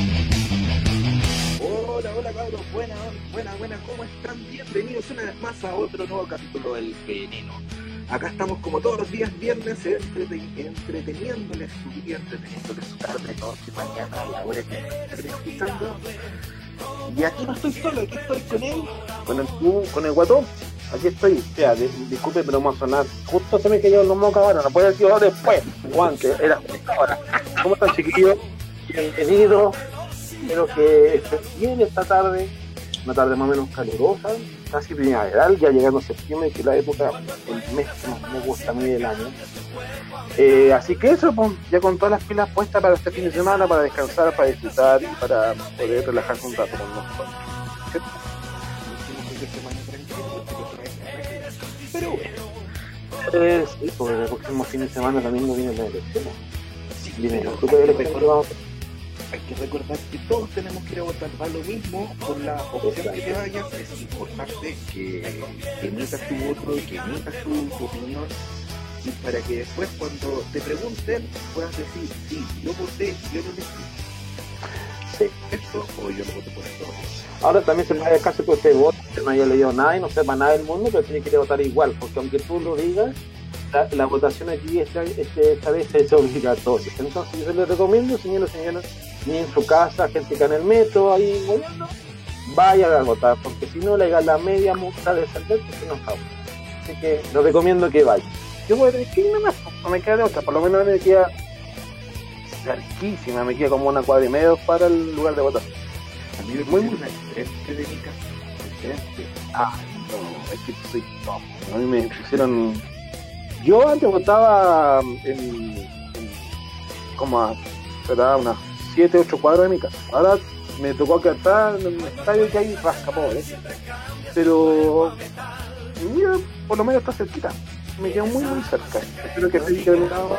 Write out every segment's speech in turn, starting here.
Hola, hola cabros, buenas, ¿cómo están? Bienvenidos una vez más a otro nuevo capítulo del Veneno. Acá estamos como todos los días viernes entreteniéndoles su día, entreteniéndoles su tarde, noche, mañana, a la hora que estén escuchando. Y aquí no estoy solo, aquí estoy Con el guatón. Aquí estoy. O sea, disculpe, pero vamos a sonar. Justo se me cayó los mocos ahora. No puede decir después. Guante, era ahora. ¿Cómo están, chiquillos? Bienvenidos. Espero que estén bien esta tarde. Una tarde más o menos calurosa, casi primaveral, ya llegando septiembre, que es la época, el mes que más me gusta a mí del año. Así que eso, pues, ya con todas las pilas puestas para este fin de semana, para descansar, para disfrutar y para poder relajarse un rato con nosotros. pero bueno. Sí, porque el próximo fin de semana también no viene la elección. Hay que recordar que todos tenemos que ir a votar, va lo mismo con la opción que te vayas, es importante que emitas tu voto, que emitas tu opinión, y para que después cuando te pregunten puedas decir, sí, yo voté, yo no elegí esto o yo no voté por esto. Ahora también se puede caso que usted vote, que no haya leído nada y no sepa nada del mundo, pero tiene que ir a votar igual, porque aunque tú lo digas, la votación aquí esta vez es obligatoria. Entonces yo se les recomiendo, señores, ni en su casa, gente que está en el metro, ahí, bueno, vayan a votar, porque si no le hagan la media multa de saltar, que se nos acaba. Así que les recomiendo que vayan. Yo voy a tener que irme más, no me queda de otra, por lo menos me queda cerquísima, me queda como una cuadra y media para el lugar de votación. A mí me pusieron enfrente de mi casa, enfrente. No, es que soy top. A mí me pusieron. Yo antes votaba como a unas 7, 8 cuadras de mi casa. Ahora me tocó quedar en un estadio que hay rasca pobre. Pero mira, por lo menos está cerquita. Me quedo muy cerca. Espero que se diga de lado.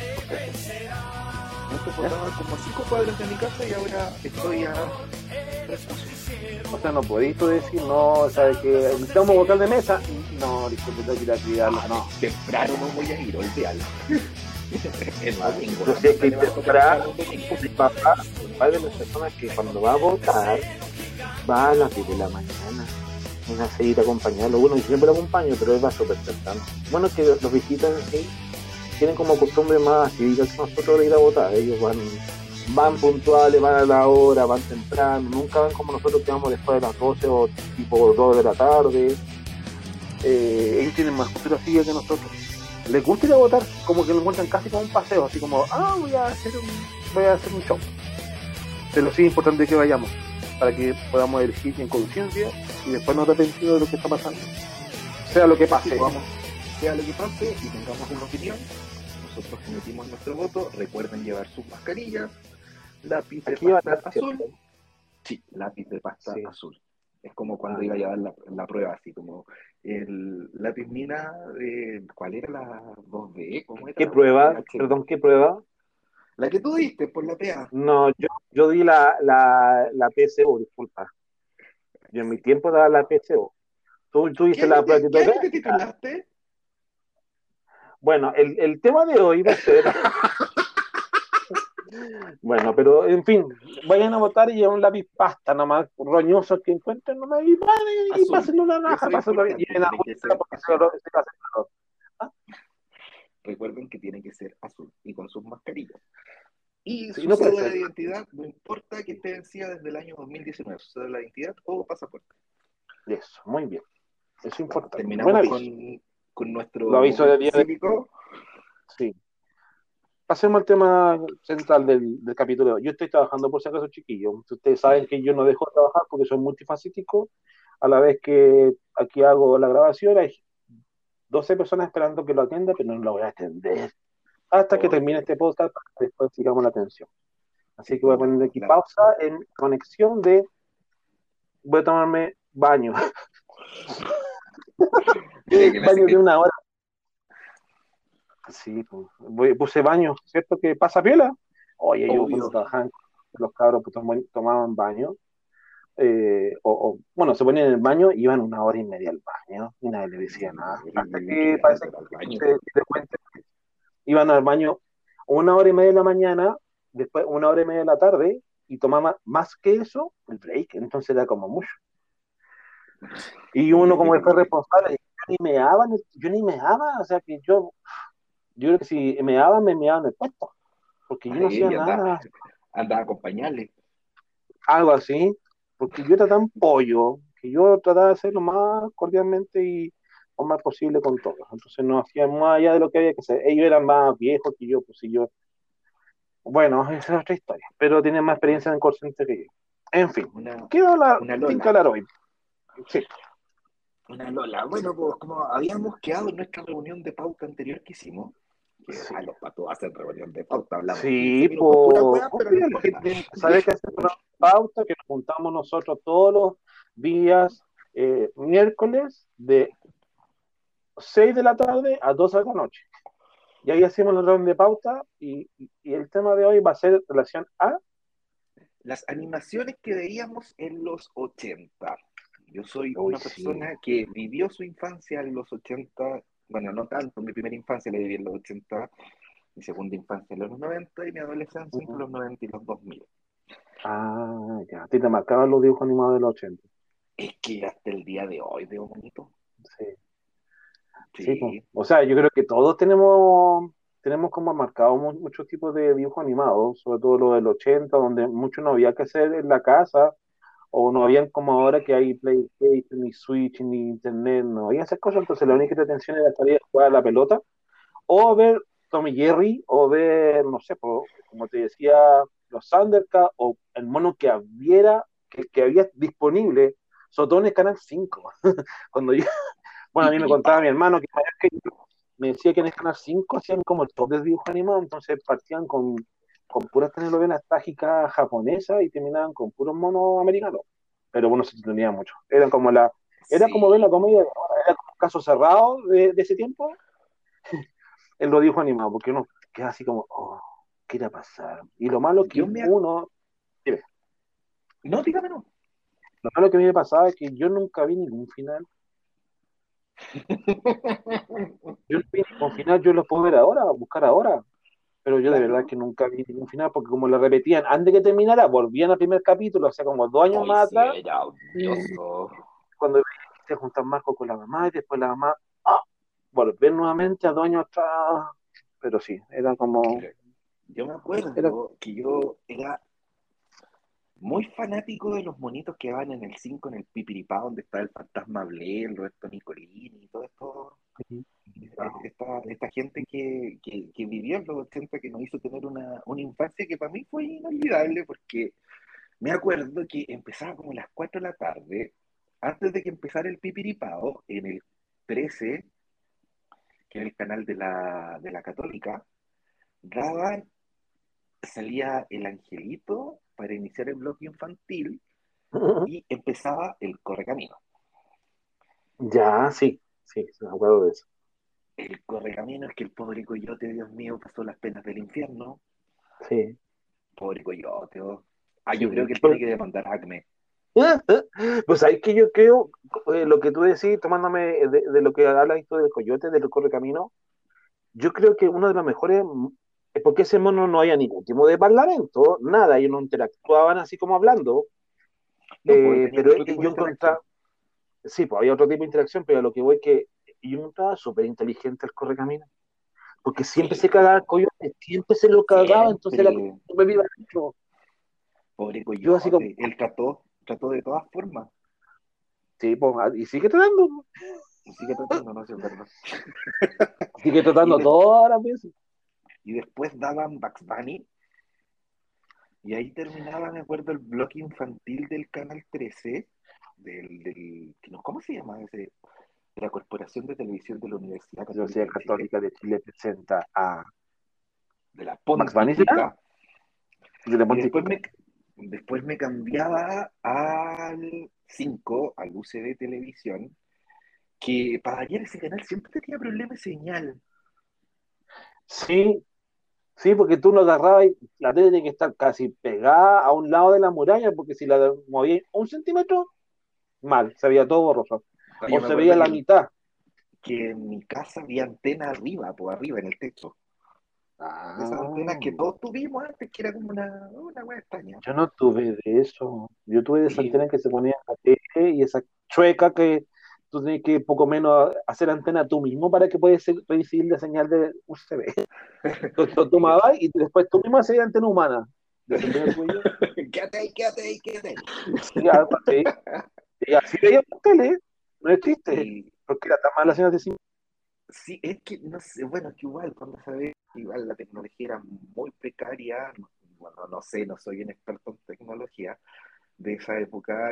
Antes votaba como a 5 cuadras de mi casa y ahora estoy a 3 pasos. O sea, no podéis tú decir, no, ¿sabes que necesitamos votar de mesa? No, disculpe, tengo que ir a criarlo, no. Temprano no voy a ir, olvídalo. El domingo. Yo sé que temprano, mi papá es de las personas que cuando va a votar, va a las 10 de la mañana. Van a seguir acompañarlo. Bueno, yo siempre lo acompaño, pero él va súper temprano. Bueno, que los visitas así tienen como costumbre más cívica que nosotros de ir a votar. Ellos van puntuales, van a la hora, van temprano, nunca van como nosotros que vamos después de las 12 o tipo 2 de la tarde. Ellos tienen más cultura cívica que nosotros. Les gusta ir a votar, como que lo encuentran casi como un paseo, así como, voy a hacer un show. Pero sí es importante que vayamos, para que podamos elegir en conciencia y después no arrepentir de lo que está pasando. Sea lo que pase. Sea lo que pase y tengamos una opinión, nosotros emitimos nuestro voto. Recuerden llevar sus mascarillas, lápiz de pasta azul. Sí, lápiz de pasta azul. Es como cuando iba a llevar la prueba, así como el lápiz mina de... ¿Cuál era la 2B? ¿Cómo era? ¿Qué prueba? Perdón, ¿qué prueba? La que tú diste por la PA. No, yo di la PSO, disculpa. Yo en mi tiempo daba la PSO. ¿Tú dices la prueba ¿Qué año te titulaste? Bueno, el tema de hoy va a ser... Bueno, pero en fin, vayan a votar y lleven un lápiz pasta nomás, roñosos que encuentren nomás y pásenlo una raja, pásenlo bien. Recuerden que tiene que ser azul y con sus mascarillas. Y sí, su cédula de identidad, no importa que esté vencida desde el año 2019, su cédula de identidad o pasaporte. Eso, muy bien. Eso es importante. Terminamos con nuestro aviso de día cívico. Sí. Pasemos al tema central del capítulo. Yo estoy trabajando, por si acaso, chiquillos. Ustedes saben que yo no dejo de trabajar porque soy multifacético. A la vez que aquí hago la grabación, hay 12 personas esperando que lo atienda, pero no lo voy a atender hasta que termine este podcast para que después sigamos la atención. Así que voy a poner aquí pausa en conexión de... Voy a tomarme baño. Baño de 1 hora. Sí, puse baño, ¿cierto? Que pasa piola. Oye, yo cuando trabajaba, los cabros tomaban baño, bueno, se ponían en el baño y iban 1 hora y media al baño y nadie le decía nada. Hasta que parece que se cuenta, iban al baño 1 hora y media de la mañana, después 1 hora y media de la tarde y tomaba más que eso, el break, entonces era como mucho. Y uno como que fue responsable, yo ni meaba, o sea que yo creo que si me meaban en el puesto, porque yo no hacía Ay, nada, andaba con pañales. algo así, porque yo era tan pollo, que yo trataba de hacerlo más cordialmente y lo más posible con todos. Entonces no hacía más allá de lo que había que hacer. Ellos eran más viejos que yo, pues si yo, bueno, esa es otra historia, pero tienen más experiencia en call center que yo. En fin, Una, quiero hablar, una sin Lola. hablar hoy. Sí, Una Lola. Bueno, pues como habíamos quedado en nuestra reunión de pauta anterior que hicimos, que sí. los patos hacen reunión de pauta, hablamos 15 Sí, minutos pura pues, hueá, pero no obvio, la gente importa. tiene que saber que hacer una pauta, que nos juntamos nosotros todos los días, miércoles, de 6 de la tarde a 12 de la noche. Y ahí hacemos la reunión de pauta y el tema de hoy va a ser en relación a... Las animaciones que veíamos en los 80. Yo soy Uy, una sí. persona que vivió su infancia en los 80. Bueno, no tanto, mi primera infancia la viví en los 80, mi segunda infancia en los 90 y mi adolescencia entre los 90 y los 2000. Ah, ya. A ti te marcaban los dibujos animados de los 80. Es que hasta el día de hoy veo bonito. Sí, sí, pues. Sí, O sea, yo creo que todos tenemos como marcado muchos tipos de dibujos animados, sobre todo los del 80, donde mucho no había que hacer en la casa, o no habían como ahora que hay PlayStation, ni Switch, ni Internet, no había esas cosas, entonces la única intención era salir a jugar a la pelota, o ver Tommy Jerry, o ver, no sé, como te decía, los Thundercats, o el mono que había disponible, sobre todo en el Canal 5. Cuando yo, bueno, a mí me contaba mi pipiripao. hermano que mayor que yo, me decía que en el Canal 5 hacían como el top de dibujos animados, entonces partían con puras telenovelas trágicas japonesas y terminaban con puros monos americanos. Pero bueno, se tenía mucho. Era como ver la Sí, comedia, era como un caso cerrado de ese tiempo en los dibujos animados, porque uno queda así como, oh, ¿qué irá a pasar? Y lo malo yo que me... uno, mire, No, dígame no. lo malo que a mí me pasaba es que yo nunca vi ningún final. Yo no vi ningún final, yo lo puedo ver ahora, buscar ahora, pero yo de verdad Claro. que nunca vi ningún final, porque como lo repetían antes de que terminara, volvían al primer capítulo, o sea, como 2 años Hoy más sí atrás, era y odioso. cuando se juntan Marco con la mamá, y después la mamá, ¡ah! Volver nuevamente a 2 años atrás, pero sí, Mira, yo me era, acuerdo que yo era muy fanático de los monitos que van en el 5 en el Pipiripá, donde está el fantasma Blair, Roberto Nicolini y todo esto. Esta gente que vivió en los 80, que nos hizo tener una infancia que para mí fue inolvidable, porque me acuerdo que empezaba como a las 4 de la tarde, antes de que empezara el Pipiripao, en el 13, que era el canal de la Católica, daban, salía el Angelito para iniciar el bloque infantil y empezaba el Correcamino. ya, sí, sí, me acuerdo de eso. El Correcamino es que el pobre coyote, Dios mío, pasó las penas del infierno. Sí, Pobre coyote. Oh. Yo creo sí. que él tiene que demandar a Acme. Pues ahí que yo creo, lo que tú decís, tomándome de lo que habla esto del coyote, del correcamino, yo creo que uno de los mejores es porque ese mono no había ningún tipo de parlamento, nada, ellos no interactuaban así como hablando, No, pues él tenía pero otro tipo de yo interacción. encontraba, sí, pues había otro tipo de interacción, pero a lo que voy es que yo encontraba súper inteligente el correcamino, porque siempre se cagaba Sí, el coyote, siempre se lo cagaba, entonces la cosa siempre. me viva mucho. Pobre Yo así como, coyote. Él trató de todas formas. sí, pues, y sigue tratando, Sigue tratando, no sé, es verdad. sigue Y, tratando de- todas las veces. y después daban Bugs Bunny. Y ahí terminaba, me acuerdo, el bloque infantil del Canal 13. ¿Cómo se llama ese? De la Corporación de Televisión de la Universidad La Universidad Católica de Chile. Católica de Chile presenta a De la Max Bunny, ¿será? Pontificia. De la Y después Pontificia. me cambiaba al 5 al UCB Televisión, que para ayer ese canal siempre tenía problemas de señal. Sí, sí, porque tú lo agarrabas y la tele tiene que estar casi pegada a un lado de la muralla, porque si la movías 1 centímetro, mal, se veía todo borroso. Yo O me se acuerdo veía la mitad. que en mi casa había antena arriba, por arriba, en el techo. Esas antenas que Ah, todos tuvimos antes, que era como una wea extraña. yo no tuve de eso. Yo tuve de esa Oye, antena que se ponía en la tele y esa chueca que tú tienes que poco menos hacer antena tú mismo para que puedas recibir la señal de UCB. Lo y que, tomabas y después tú mismo hacías antena humana. Yo también tuve yo. quédate ahí, quédate ahí, quédate ahí. Sí, algo así. Y así veía la tele. No es triste. Y, Porque era tan mala y señal de cine. sí, es que, no sé, bueno, es que igual, cuando sabes, igual la tecnología era muy precaria, bueno, no sé, no soy un experto en tecnología de esa época,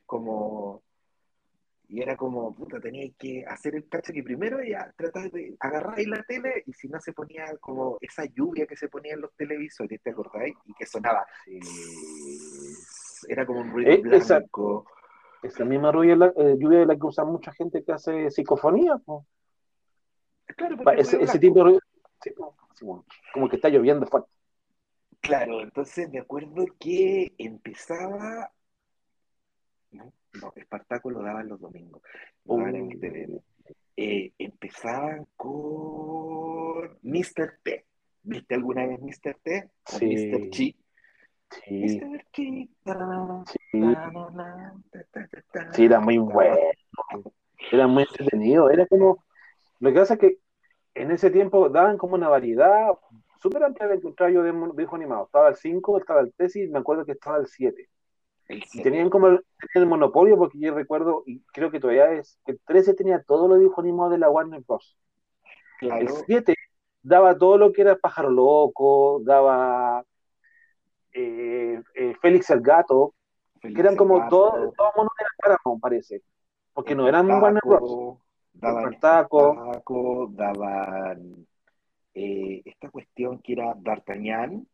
y era como, puta, teníais que hacer el cacho que primero ya tratar de agarrar ahí la tele, y si no se ponía como esa lluvia que se ponía en los televisores, ¿te acordáis? Y que sonaba, Sí. era como un ruido Esa, blanco. esa misma lluvia de la que usa mucha gente que hace psicofonía. Po. Claro, porque es ruido Ese tipo blanco. de ruido. Sí, po, así como que está lloviendo fuerte. Claro, entonces me acuerdo que empezaba. No, no, Espartaco lo daban los domingos, lo daban en el Uh, TVN. Empezaban con Mr. T. ¿Viste alguna vez Mr. T? O Mr. sí, Chi. sí, Mr. Chi. Ta, sí, ta, na, na, ta, ta, ta, sí, era ta, muy bueno. ta. Era muy entretenido. Era como. Lo que pasa es que en ese tiempo daban como una variedad súper amplia de encontrar yo de dibujos animados. Estaba el 5, estaba el Tesis, me acuerdo que estaba el 7. El Y 7. tenían como tenían el monopolio, porque yo recuerdo, y creo que todavía es, que el 13 tenía todos los dibujos animados de la Warner Bros. El Claro, 7 daba todo lo que era Pájaro Loco, daba Félix el Gato, que Félix eran el como Gato, todos monos de la Paramount, parece, porque no eran Warner Bros. Espartaco, daban Espartaco, Espartaco, daban esta cuestión que era D'Artagnan.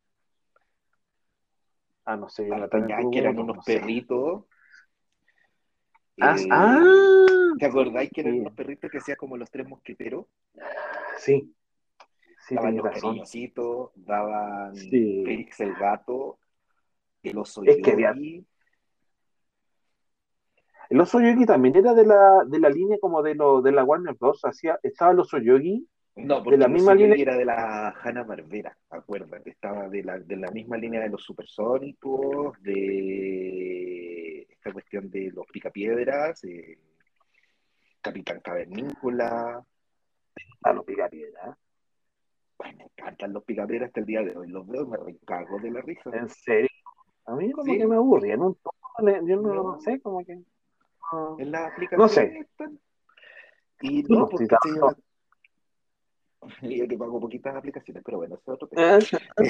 no sé, yo no también D'Artagnan, tuve que un eran montón, unos no sé. perritos. Ah, ¿Te acordáis que eran sí, unos perritos que hacían como los tres mosqueteros? sí, sí, Daban tenías los razón. cariñositos, daban Sí, Félix el gato, el oso es que había. yogi. El oso yogi también era de la línea como de la Warner Bros. Estaba el oso yogi No, de porque la el oso misma línea. yogi era de la Hanna-Barbera, acuérdate, estaba de la misma línea de los supersónicos, de esta cuestión de los picapiedras, Capitán Cavernícola. A los Picapiedra. Ay, me encantan los picapiedras hasta el día de hoy, los veo y me recago de la risa. En serio. A mí como que me ¿Sí? aburrían un poco. Yo no No, sé, como que. No, en las no sé. aplicaciones están. Y Sí, no, pues, pues sí, caché yo, yo que pago poquitas aplicaciones, pero bueno, ese es otro tema. eh,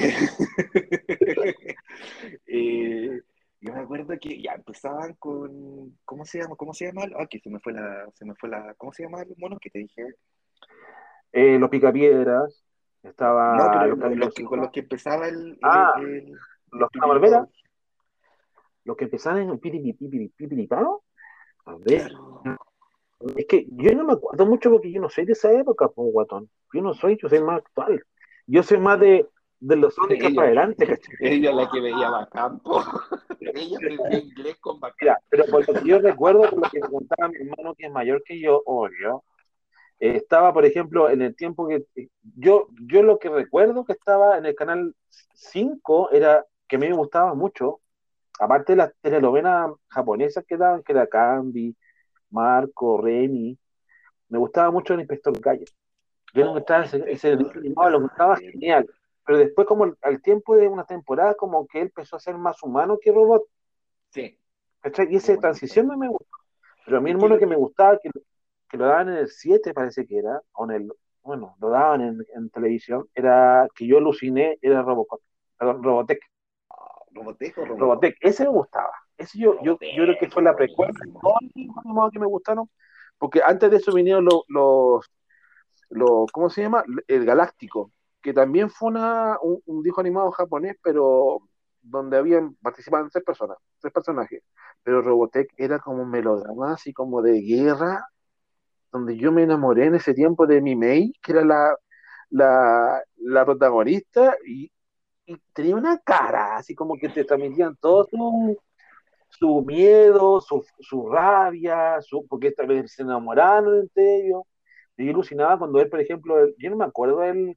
Eh, yo me acuerdo que ya empezaban con, ¿cómo se llama? ¿Cómo se llama? Ah, que ¿cómo se llama los monos que te dije? los Picapiedras. No, Estaba pero los con los Caperucitas. que empezaba el, el, Ah, el, el los Hanna-Barbera. pirulito. Los que empezaban en el Piripipipipipipao. A ver. Claro. Es que yo no me acuerdo mucho porque yo no soy de esa época, pues, guatón. Yo soy más actual. Yo soy más de los Sónicas para Ella, adelante, ¿cachai? ella la que veía Bacampo. Ella aprendía inglés con Mira, Bacampo. pero por lo que yo recuerdo, por lo que me contaba mi hermano que es mayor que yo, obvio, estaba, por ejemplo, en el tiempo que yo lo que recuerdo que estaba en el canal 5 era que a mí me gustaba mucho, aparte de las telenovelas japonesas que daban, que era Candy, Marco, Remy, me gustaba mucho el Inspector Gadget. Yo no Oh, encontraba el ese dibujo inspector animado, lo encontraba Gadget. genial. Pero después, como al tiempo de una temporada, como que él empezó a ser más humano que robot. Sí, ¿Cachai? Y qué esa bonito. transición no me gustó. Pero a mí Es el que mono lo que me que. gustaba, que lo daban en el 7 parece que era, bueno, lo daban en televisión, era que yo aluciné, era Robocop, perdón, Robotech. ¿Robotech o Robocop? Robotech, ese me gustaba. Ese yo creo que Robotech fue era la precuela de buenísimo. todos los dibujos animados que me gustaron, porque antes de eso vinieron ¿cómo se llama? El Galáctico, que también fue un dibujo animado japonés, pero donde habían participaban tres personajes. Pero Robotech era como un melodrama, así como de guerra, donde yo me enamoré en ese tiempo de mi Mei, que era la protagonista, y tenía una cara, así como que te transmitían todo su miedo, su rabia, porque esta vez se enamoraron entre ellos. Y yo alucinaba cuando él, por ejemplo, yo no me acuerdo, él,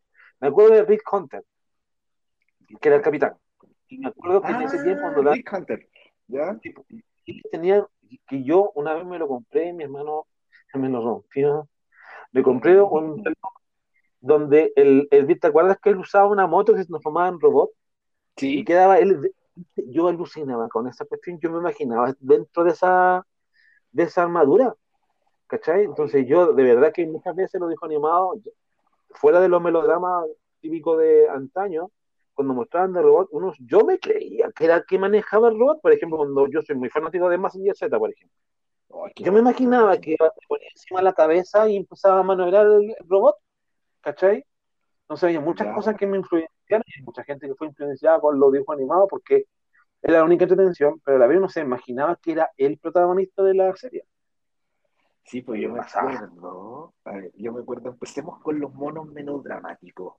Me acuerdo de Rick Hunter, que era el capitán. Y me acuerdo que en ese tiempo, Ah, cuando Rick Hunter, ¿ya? tenía, que yo una vez me lo compré, mi hermano me lo rompió. Me compré un donde ¿te acuerdas que él usaba una moto que se transformaba en robot? Y Sí, quedaba él, yo alucinaba con esa cuestión, yo me imaginaba dentro de esa armadura, ¿cachai? Entonces yo de verdad que muchas veces lo dijo animado, fuera de los melodramas típicos de antaño, cuando mostraban de robot, yo me creía que era el que manejaba el robot, por ejemplo, cuando yo soy muy fanático de Mazinger Z, por ejemplo. oh, qué Yo me bacán. imaginaba que ponía encima la cabeza y empezaba a maniobrar el robot, ¿cachai? Entonces había muchas ¿Ya? cosas que me influenciaron y hay mucha gente que fue influenciada por los dibujos animados porque era la única entretención, pero a la vez uno se imaginaba que era el protagonista de la serie. Sí, pues Y yo me me pasaba. acuerdo, a ver, yo me acuerdo, empecemos con los monos menos dramáticos.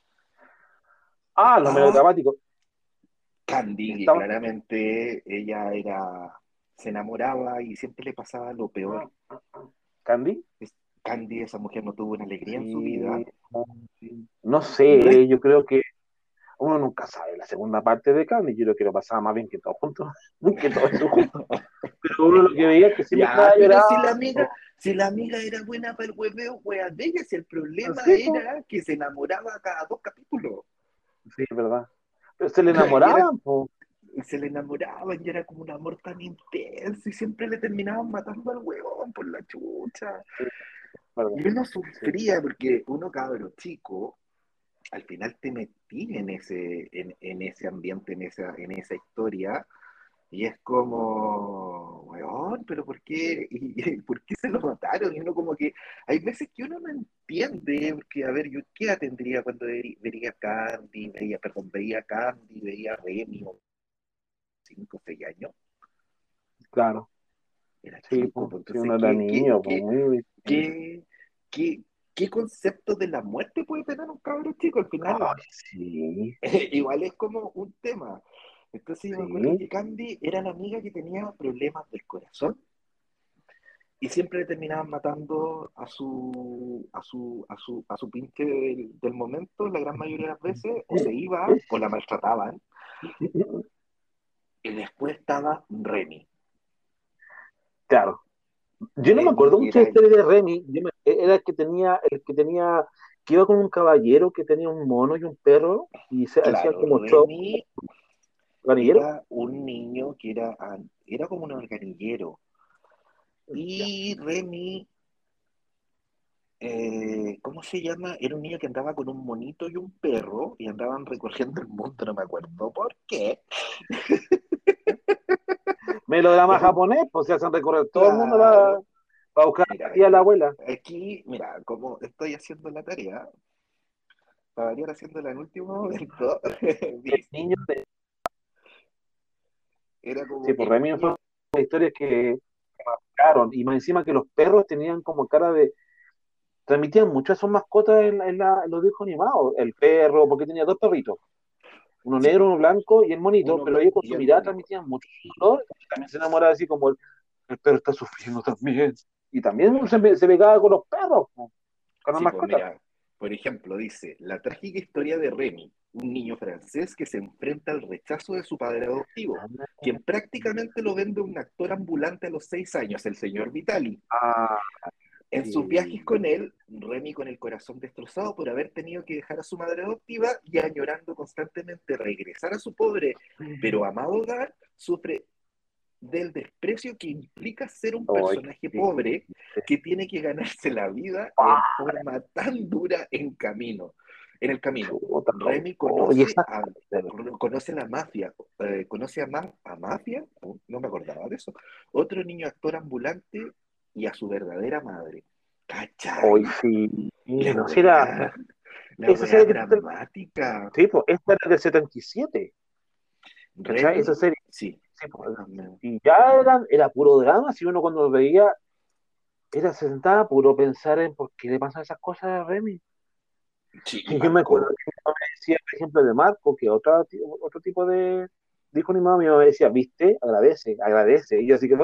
Ah, lo Estaba melodramático. Candy, que Estaba. claramente ella se enamoraba y siempre le pasaba lo peor. ¿Candy? Es- Candy, esa mujer no tuvo una alegría en su Sí. vida. No Re- sé, yo creo que uno nunca sabe la segunda parte de Candy. Yo creo que lo pasaba más bien que todos juntos, que todo eso juntos. Pero uno lo que veía es que siempre Ya, estaba pero llorando. si la amiga era buena para el hueveo, wea de ella, si el problema Sí, pues. era que se enamoraba cada dos capítulos. Sí, es verdad. Pero se le Y era, enamoraban, pues. se le enamoraban y era como un amor tan intenso y siempre le terminaban matando al huevón por la chucha. Sí, verdad. Y uno Sí. sufría porque uno cabro chico, al final te metí en ese ambiente, en esa historia, y es como, weón, pero ¿por qué? ¿Y por qué se lo mataron? Y uno como que, hay veces que uno no entiende, porque a ver, yo qué edad tendría cuando vería Candy, veía Candy, veía Remy, o 5 o 6 años, Claro. era Sí, chico, pues. pues Si uno entonces, era niño, pues muy. qué, qué, qué concepto de la muerte puede tener un cabro chico? Al final, Ay, sí, igual es como un tema. Entonces yo me acuerdo sí. que Candy era la amiga que tenía problemas del corazón y siempre le terminaban matando a su pinche del momento, la gran mayoría de las veces, o se iba o la maltrataban. Y después estaba Remy. Claro. Yo no me Remy acuerdo mucho de era, la historia de Remy. Era que iba con un caballero que tenía un mono y un perro y se hacían claro, como show Remy organillero. era un niño que era como un organillero. Ya. Y Remy, ¿cómo se llama? Era un niño que andaba con un monito y un perro y andaban recorriendo el mundo, no me acuerdo por qué. Melodrama Es un, japonés, pues se hacen recorrer todo el mundo claro. para buscar a la Mira, tía y a la abuela. aquí, mira, como estoy haciendo la tarea, para variar haciéndola en último momento, El dice, niño de... era Sí, como pues el Remy fue niño, una historia que marcaron. Y más encima que los perros tenían como cara de... Transmitían mucho a sus mascotas en los dibujos animados. El perro, porque tenía dos perritos. Uno sí, negro, uno blanco y el monito, uno pero ellos con y su el mirada monito. transmitían mucho su dolor. También se enamoraba así como el perro está sufriendo también. Y también uno se pegaba con los perros, po, con las Sí, pues mascotas. mira, por ejemplo, dice, la trágica historia de Remy, un niño francés que se enfrenta al rechazo de su padre adoptivo, quien prácticamente lo vende un actor ambulante a los 6 años, el señor Vitali. Ah, En sus viajes sí. con él, Remy con el corazón destrozado por haber tenido que dejar a su madre adoptiva y añorando constantemente regresar a su pobre pero amado hogar, sufre del desprecio que implica ser un Ay, personaje qué pobre triste. que tiene que ganarse la vida en Ah, forma tan dura en el camino. chuta. Remy Oye, esa... conoce la mafia, conoce a Mafia, no me acordaba de eso, otro niño actor ambulante y a su verdadera madre. Hoy ¿Cachai? sí. La No, sí era... wea, la Esa wea serie dramática. sí, pues, esta era del 77. ¿Cachai? Esa Remy, serie. sí. Sí, pues, y ya era puro drama. Si uno cuando lo veía, se sentaba puro pensar en por qué le pasan esas cosas a Remy. Sí, y Y yo me acuerdo marcó. que mi mamá me decía, por ejemplo, de Marco, que otro tipo de dijo mi mamá me decía, viste, agradece, agradece. Y yo así que,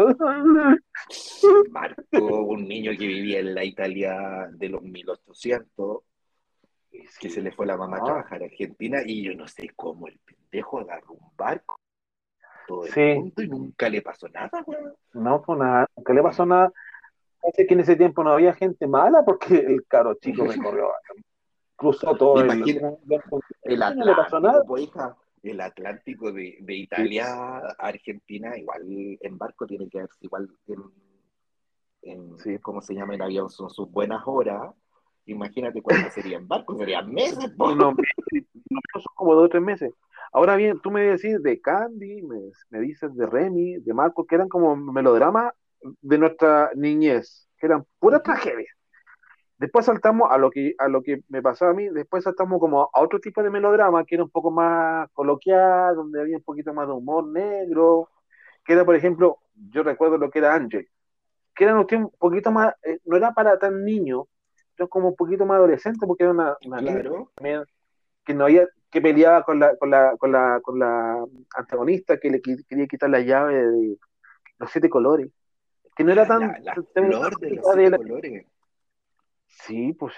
Marco, un niño que vivía en la Italia de los 1800, que Sí, se le fue la mamá a no, trabajar a Argentina y yo no sé cómo el pendejo agarró un barco todo el sí, mundo y nunca le pasó nada, weón. no, pues nada, nunca le pasó nada. Parece que en ese tiempo no había gente mala porque el caro chico recorrió, cruzó todo el, Imagina el y no le pasó nada. Atlántico, pues hija, el Atlántico de Sí, Italia a Argentina, igual en barco tiene que verse igual sí, ¿cómo se llama? En avión son sus buenas horas. Imagínate cuánto sería en barco, serían meses, po. unos meses, son como 2 o 3 meses. Ahora bien, tú me decís de Candy, me dices de Remy, de Marco, que eran como melodramas de nuestra niñez, que eran pura Ujú. tragedia. Después saltamos a lo que me pasaba a mí, después saltamos como a otro tipo de melodrama que era un poco más coloquial, donde había un poquito más de humor negro, que era, por ejemplo, yo recuerdo lo que era Ángel, que era un poquito más, no era para tan niño, era como un poquito más adolescente, porque era una niña Claro. también que no había, que peleaba con la antagonista que quería quitar la llave de los 7 colores, que no era Ah, tan, la flor de los siete colores. sí, pues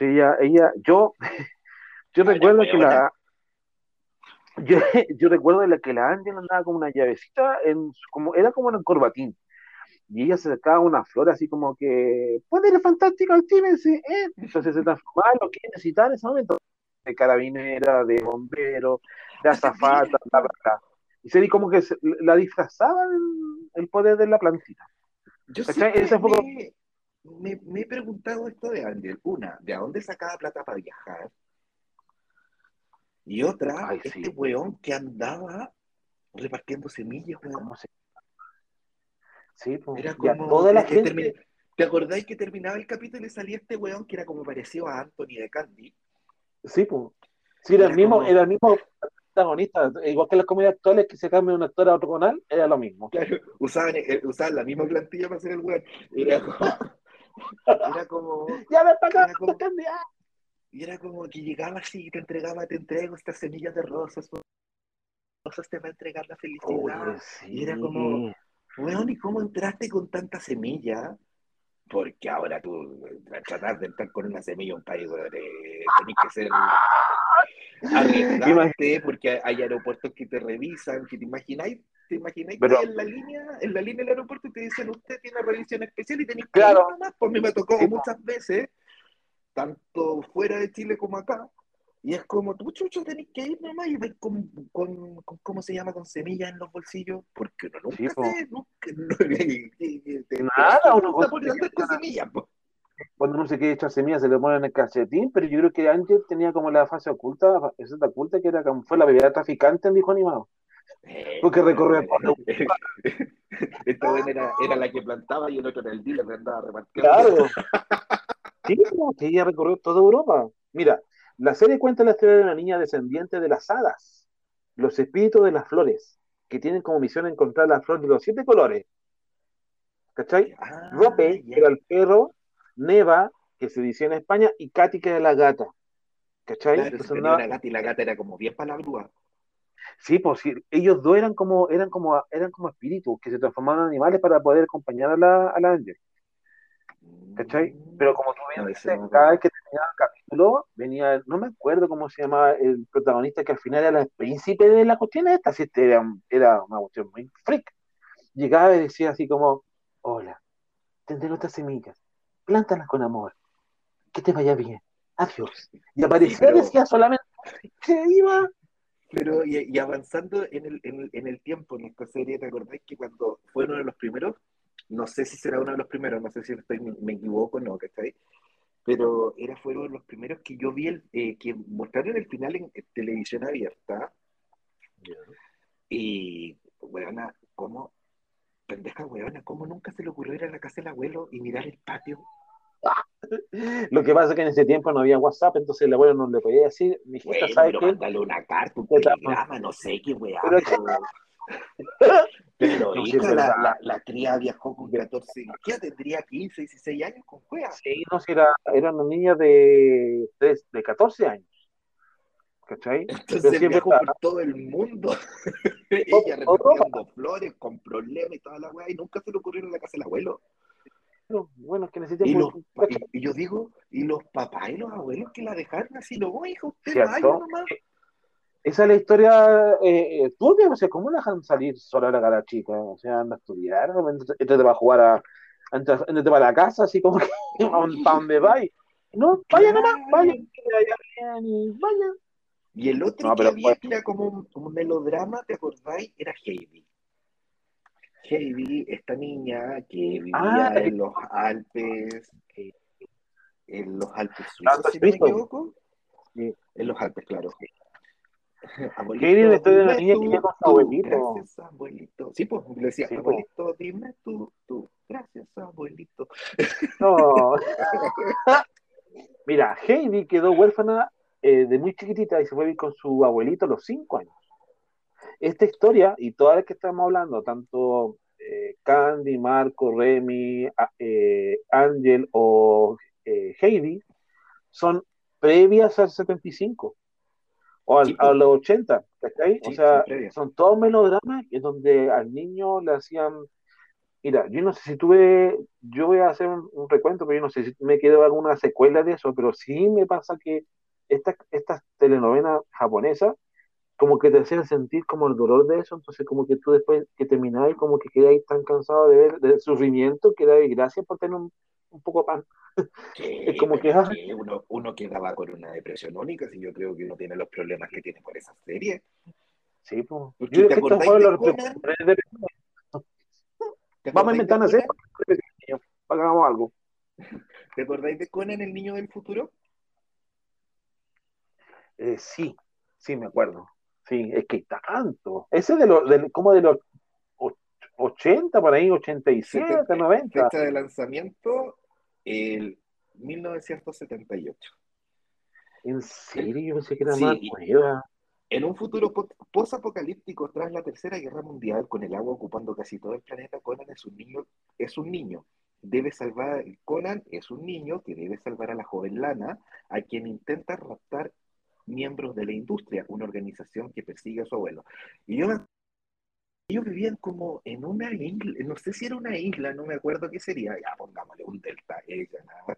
yo No, era recuerdo que hueona. yo, yo recuerdo que la Ángel andaba con una llavecita como, era como un corbatín, y ella se sacaba una flor así como que, ponele fantástico, actívense, ¿eh? Entonces se transformaba en lo que necesitaba en ese momento, de carabinera, de bombero, de Ah, de azafata, veras, bla, po. bla, bla. Y se como que la disfrazaba el poder de la plantita. Yo ¿Cachai? siempre Ese fue como, me he preguntado esto de Ángel. Una, ¿de dónde sacaba plata para viajar? Y otra, ay, este sí, weón que andaba repartiendo semillas, weón. ¿cómo se? Sí, pues, Era y a como, toda la gente, ¿te acordáis que terminaba el capítulo y salía este weón que era como parecido a Anthony de Candy? sí, pues, sí, Y era el era mismo, como, era el mismo protagonista, igual que las comedias actuales que se cambia un actor a otro canal, era lo mismo. claro, usaban la misma plantilla para hacer el weón. Era como, era como, Ya ven para acá, era como, candidato. y era como que llegaba así y te entregaba, te entrego estas semillas de rosas, rosas te va a entregar la felicidad. Oye, Y era como, sí. weón, ¿y cómo entraste con tanta semilla? Porque ahora tú tratar de entrar con una semilla a un país, weón, tenés que ser Imagínate, arriesgarte porque hay aeropuertos que te revisan, que te imagináis que pero hay en la línea del aeropuerto y te dicen usted tiene revisión especial y tenéis que ir claro, nomás. Pues a mí me tocó sí, po, muchas veces, tanto fuera de Chile como acá, y es como tú, chucho, tenés que ir nomás y vais ¿cómo se llama? Con semillas en los bolsillos, porque uno sí, nunca po. nunca, te va a Nada, hacer uno multa cuando por se andar quiere con echar, semillas, pues. cuando uno se quiere echar semillas se le pone en el calcetín, pero yo creo que Ángel tenía como la fase oculta, esa oculta que era como fue la bebida traficante en dijo animado, porque No, recorrió todo. esta buena era la que plantaba y el otro era el dealer que andaba repartiendo. Claro, sí, po, que ella recorrió toda Europa. Mira, la serie cuenta la historia de una niña descendiente de las hadas, los espíritus de las flores, que tienen como misión encontrar la flor de los 7 colores. ¿Cachai? Ah, Rope, que ya. era el perro, Neva, que se decía en España, y Katy, que era la gata. ¿Cachai? Claro, si Entonces tenía andaba, una gata y la gata era como bien palabrúa. sí, pues sí, ellos dos eran como espíritus que se transformaban en animales para poder acompañar a la Ángel. ¿Cachai? Pero como tú bien No, eso no dices, me cada vez acordaba. que terminaba el capítulo, venía, no me acuerdo cómo se llamaba el protagonista, que al final era el príncipe de la cuestión esta, así era una cuestión muy freak. Llegaba y decía así como, hola, tendré otras semillas, plántalas con amor, que te vaya bien, adiós. Y Sí, aparecía, decía solamente, se iba. pero avanzando en el tiempo en esta serie, ¿te acordáis que cuando fue uno de los primeros? No sé si será uno de los primeros, no sé si me equivoco o no, ¿cachai? Pero fue uno de los primeros que yo vi, que mostraron el final en televisión abierta. Y, weona, ¿cómo, pendeja weona, cómo nunca se le ocurrió ir a la casa del abuelo y mirar el patio? Lo que pasa es que en ese tiempo no había WhatsApp, entonces el abuelo no le podía decir, mi hijita, Bueno, ¿sabe pero qué? mándale una carta, un telegrama, no sé qué weá, Pero, pero no, si es hija, verdad. la cría viajó con 14, ¿qué tendría 15, 16 años con wea? Sí, no, si era una niña de 14 años, ¿cachai? Pero sí Entonces es viajó verdad. por todo el mundo, Todo- ella todo Europa. repartiendo flores con problemas y toda la weá, y nunca se le ocurrió ir a la casa del abuelo. Bueno, es que en ese Y, tiempo, y yo digo, y los papás y los abuelos que la dejaron así, no, hijo, usted vaya ¿cierto? nomás. Esa es la historia turbia, o sea, ¿cómo la dejan salir sola la cara chica? O sea, anda a estudiar, entonces te va a jugar entonces va a la casa, así como que, ¿para dónde va? No, vaya nomás, vaya, Claro. que le vaya bien y vaya. Y el otro No, que pero había, pues, que era como un melodrama, ¿te acordáis? Era Heidi. Heidi, esta niña que ah, vivía en los Alpes suizos, tanto si no me Cristo. equivoco. Sí. En los Alpes, claro. Heidi es la Abuelito, historia de una dime niña que llega con su tú, abuelito. gracias, abuelito. Sí, pues le decía, Sí, pues. abuelito, dime tú, gracias, abuelito. No, mira, Heidi quedó huérfana de muy chiquitita y se fue a vivir con su abuelito a los 5 años. Esta historia y todas las que estamos hablando, tanto Candy, Marco, Remy, Ángel o Heidi, son previas al 75 o Sí, a pues, los 80, ¿cachai? O sí, son sea, previas. son todos melodramas en donde al niño le hacían. Mira, yo no sé si tuve, yo voy a hacer un recuento, pero yo no sé si me quedó alguna secuela de eso, pero sí me pasa que estas telenovelas japonesas como que te hacían sentir como el dolor de eso, entonces como que tú después que termináis como que quedáis tan cansado de ver del sufrimiento que dais gracias por tener un poco de pan. Es ¿Qué? como Pero que, es que uno quedaba con una depresión única, si yo creo que uno tiene los problemas que tiene por esa serie. sí, pues. Yo Porque creo ¿te que estos acordáis fueron de los Conan? ¿Te vamos a acordáis de inventar una serie Conan? para que hagamos algo. ¿Te acordáis de Conan, el niño del futuro? Sí, sí, me acuerdo. Sí, es que tanto. Ese como de los 80 por ahí, Seten- 87, 90. fecha de lanzamiento, el 1978. ¿En El- serio? Yo pensé que era más sí, nueva. en un futuro post-apocalíptico tras la Tercera Guerra Mundial, con el agua ocupando casi todo el planeta, Conan es un niño, es un niño. Conan es un niño que debe salvar a la joven Lana, a quien intenta raptar miembros de la industria, una organización que persigue a su abuelo. Y ellos vivían como en una isla, no sé si era una isla, no me acuerdo qué sería, ya pongámosle un delta, ella, nada.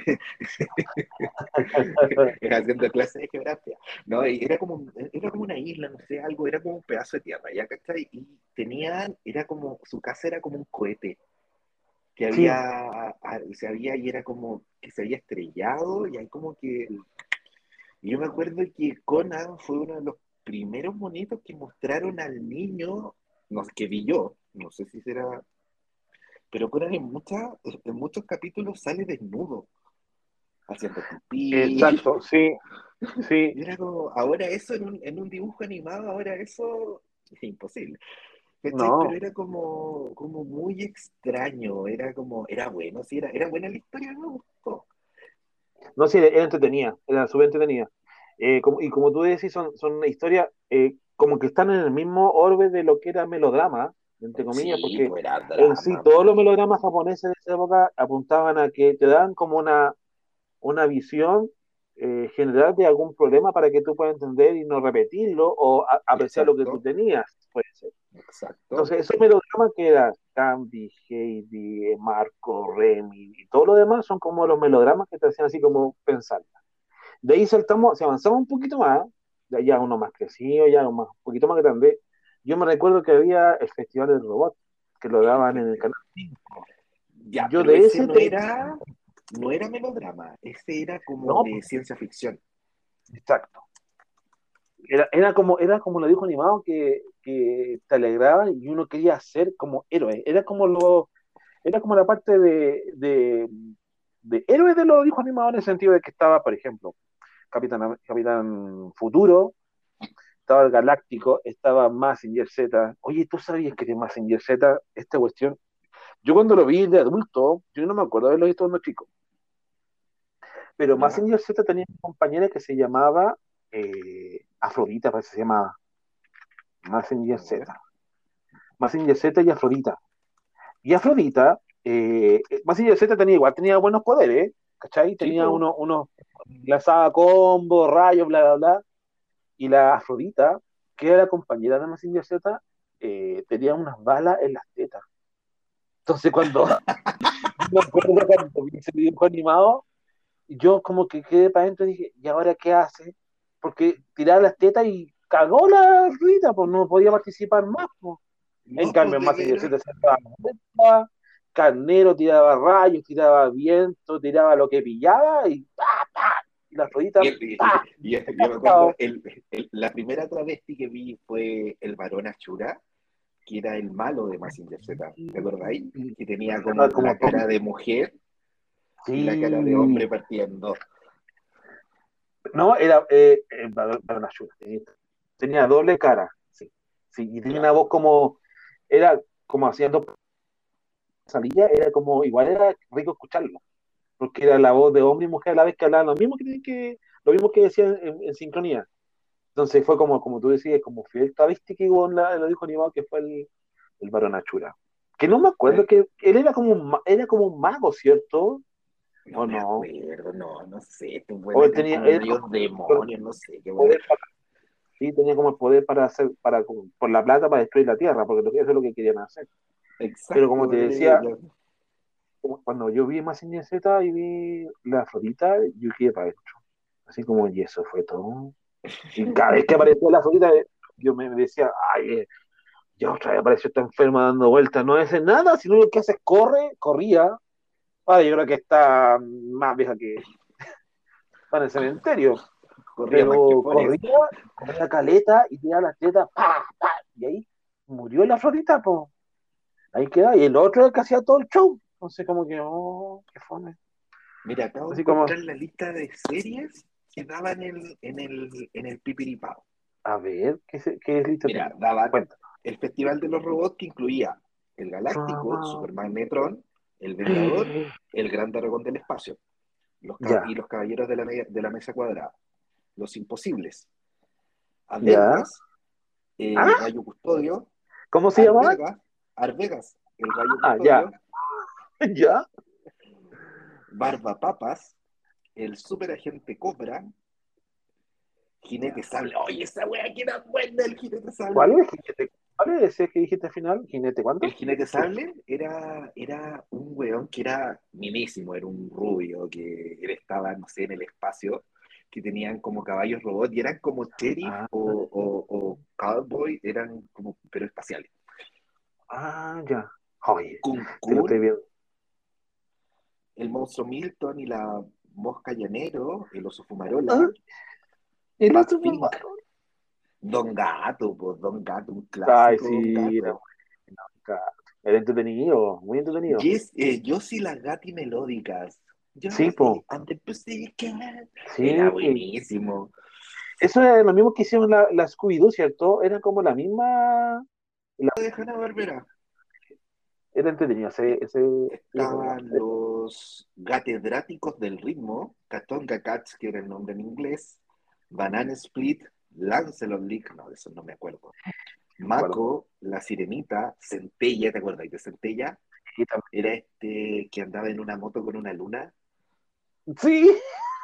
Haciendo clase de geografía. No, y era como una isla, no sé, algo, era como un pedazo de tierra, ¿ya cachai? Y su casa era como un cohete que Sí, y era como que se había estrellado, y ahí como que, y yo me acuerdo que Conan fue uno de los primeros monitos que mostraron al niño, no sé, que vi yo, no sé si será, pero Conan en muchos capítulos sale desnudo, haciendo pipí. exacto, sí, sí. Y era como, ahora eso en un dibujo animado, ahora eso es imposible. ¿Cachai? Pero No, era como muy extraño, era bueno, sí, era buena la historia, me gustó. no, sí, era entretenida, era súper entretenida. Y como tú decís, son historias como que están en el mismo orbe de lo que era melodrama, entre comillas, Sí, porque pues era en sí drama. todos los melodramas japoneses de esa época apuntaban a que te dan como una visión general de algún problema para que tú puedas entender y no repetirlo o apreciar lo que tú Exacto, tenías, puede ser. exacto. Entonces, esos melodramas que eran Candy, Heidi, Marco, Remy y todo lo demás son como los melodramas que te hacían así como pensar. De ahí saltamos, si avanzamos un poquito más, de ya uno más crecido, ya uno un poquito más grande. Yo me recuerdo que había el Festival del Robot, que lo El daban en el festival. canal 5. Ya, Yo pero de ese ese no era melodrama, ese era como no, de ciencia ficción. exacto. Era como lo dijo animado que te alegraba y uno quería ser como héroe. Era como la parte de héroe de los dibujos animados en el sentido de que estaba, por ejemplo, Capitán Futuro, estaba el Galáctico, estaba Mazinger Z. Oye, ¿tú sabías que de Mazinger Z esta cuestión? Yo cuando lo vi de adulto, yo no me acuerdo de haberlo visto cuando chico, pero ¿Ya? Mazinger Z tenía una compañera que se llamaba Afrodita, parece que se llamaba Mazinger A Z. ver. Mazinger Z y Afrodita. Y Afrodita, Mazinger Z tenía buenos poderes, ¿cachai? Sí, Tenía po. unos, lanzaba combo, rayos, bla, bla, bla. Y la Afrodita, que era la compañera de Mazinger Z, tenía unas balas en las tetas. Entonces cuando me acuerdo cuando vi ese dibujo animado, yo como que quedé para adentro y dije, ¿y ahora qué hace? Porque tiraba las tetas y cagó la Rita, pues no podía participar más, pues. En No, cambio, pues en de Mazinger veras. Z se sacaba vuelta, Carnero tiraba rayos, tiraba viento, tiraba lo que pillaba y ¡pa, pa! Y la Y, ruedita el- ¡pa! yo me acuerdo, ¡Cascado! la primera travesti que vi fue el varón Ashura, que era el malo de Mazinger Z. ¿Te acordáis? Que tenía como Era como la todo. cara de mujer y la cara de Sí, hombre partiendo. no, era Barón Ashura. Tenía doble cara, sí, sí, y tenía una Claro. voz como, era como haciendo salía, era como, igual era rico escucharlo, porque era la voz de hombre y mujer a la vez que hablaban lo mismo que decían en sincronía. Entonces fue como tú decías, como fiel travesti que hubo en lo dijo animado que fue el Barón Achura. Que no me acuerdo Me- que él era como un mago, ¿cierto? no ¿O me no? acuerdo, no sé. Estos O buenos él eran tenía, como él medios como el demonios, no sé qué weón. poder sí, tenía como el poder para hacer, por la plata para destruir la tierra, porque eso es lo que querían hacer. Pero como Exacto, te decía, cuando yo vi Mazinger Z y vi la florita, yo quedé para adentro. Así como, y eso fue todo. Y cada vez que aparecía la florita, yo me decía, ay, ya otra vez apareció esta enferma dando vueltas, no hace nada, sino lo que hace es corría. Ahora yo creo que está más vieja que está en el cementerio, corría más que pero Forrest. corría caleta y tiraba las tetas, pa, pa, y ahí murió la florita, pues. Ahí queda, y el otro es el que hacía todo el show. Entonces, como que, oh, qué fome. Mira, acabo de Así como, encontrar la lista de series que daban en el Pipiripao. a ver, ¿qué lista Mira, tenía? daban Cuenta. el Festival de los Robots que incluía el Galáctico, Ah, Superman Neutron, el Vengador, el Gran Dragón del Espacio, y ya, los Caballeros de la Mesa Cuadrada, Los Imposibles, ya. Adelgas, el Ah, Gallo Custodio, ¿cómo se llamaban? Arvegas, Arvegas, el Gallo Ah, ya, Custodio, ya. Barba Papas, el Superagente Cobra, Ya. Jinete Sable. Oye, esa wea que era buena, el Jinete ¿Cuál Sable. es jinete? ¿Cuál es ese que dijiste al final? ¿Jinete El cuánto? Jinete Sable era un weón que era minísimo, era un rubio que él estaba, no sé, en el espacio, que tenían como caballos robots y eran como sheriff Ah, o cowboy, eran como, pero espaciales. ya. Oye, Kun te lo Kun, estoy viendo. el monstruo Milton y la mosca llanero, el oso Ah, fumarola, el Bat otro Fink, formato. Don Gato, pues Don Gato, un Ay, clásico Don sí, Gato. era entretenido, muy entretenido. Josie las gati melódicas. Sí, Josie po, and the Pussycat. Era sí. buenísimo. Eso es lo mismo que hicieron la Scooby-Doo, ¿cierto? Era como la misma. De Hanna-Barbera. Era entretenido ese dibujo animado. Estaban los catedráticos del ritmo, Katonga Cats, que era el nombre en inglés, Banana Split, Lancelot League, no, de eso no me acuerdo. Me acuerdo. Mako, La Sirenita, Centella, ¿te acuerdas de Centella? Y también- Era este que andaba en una moto con una luna. Sí.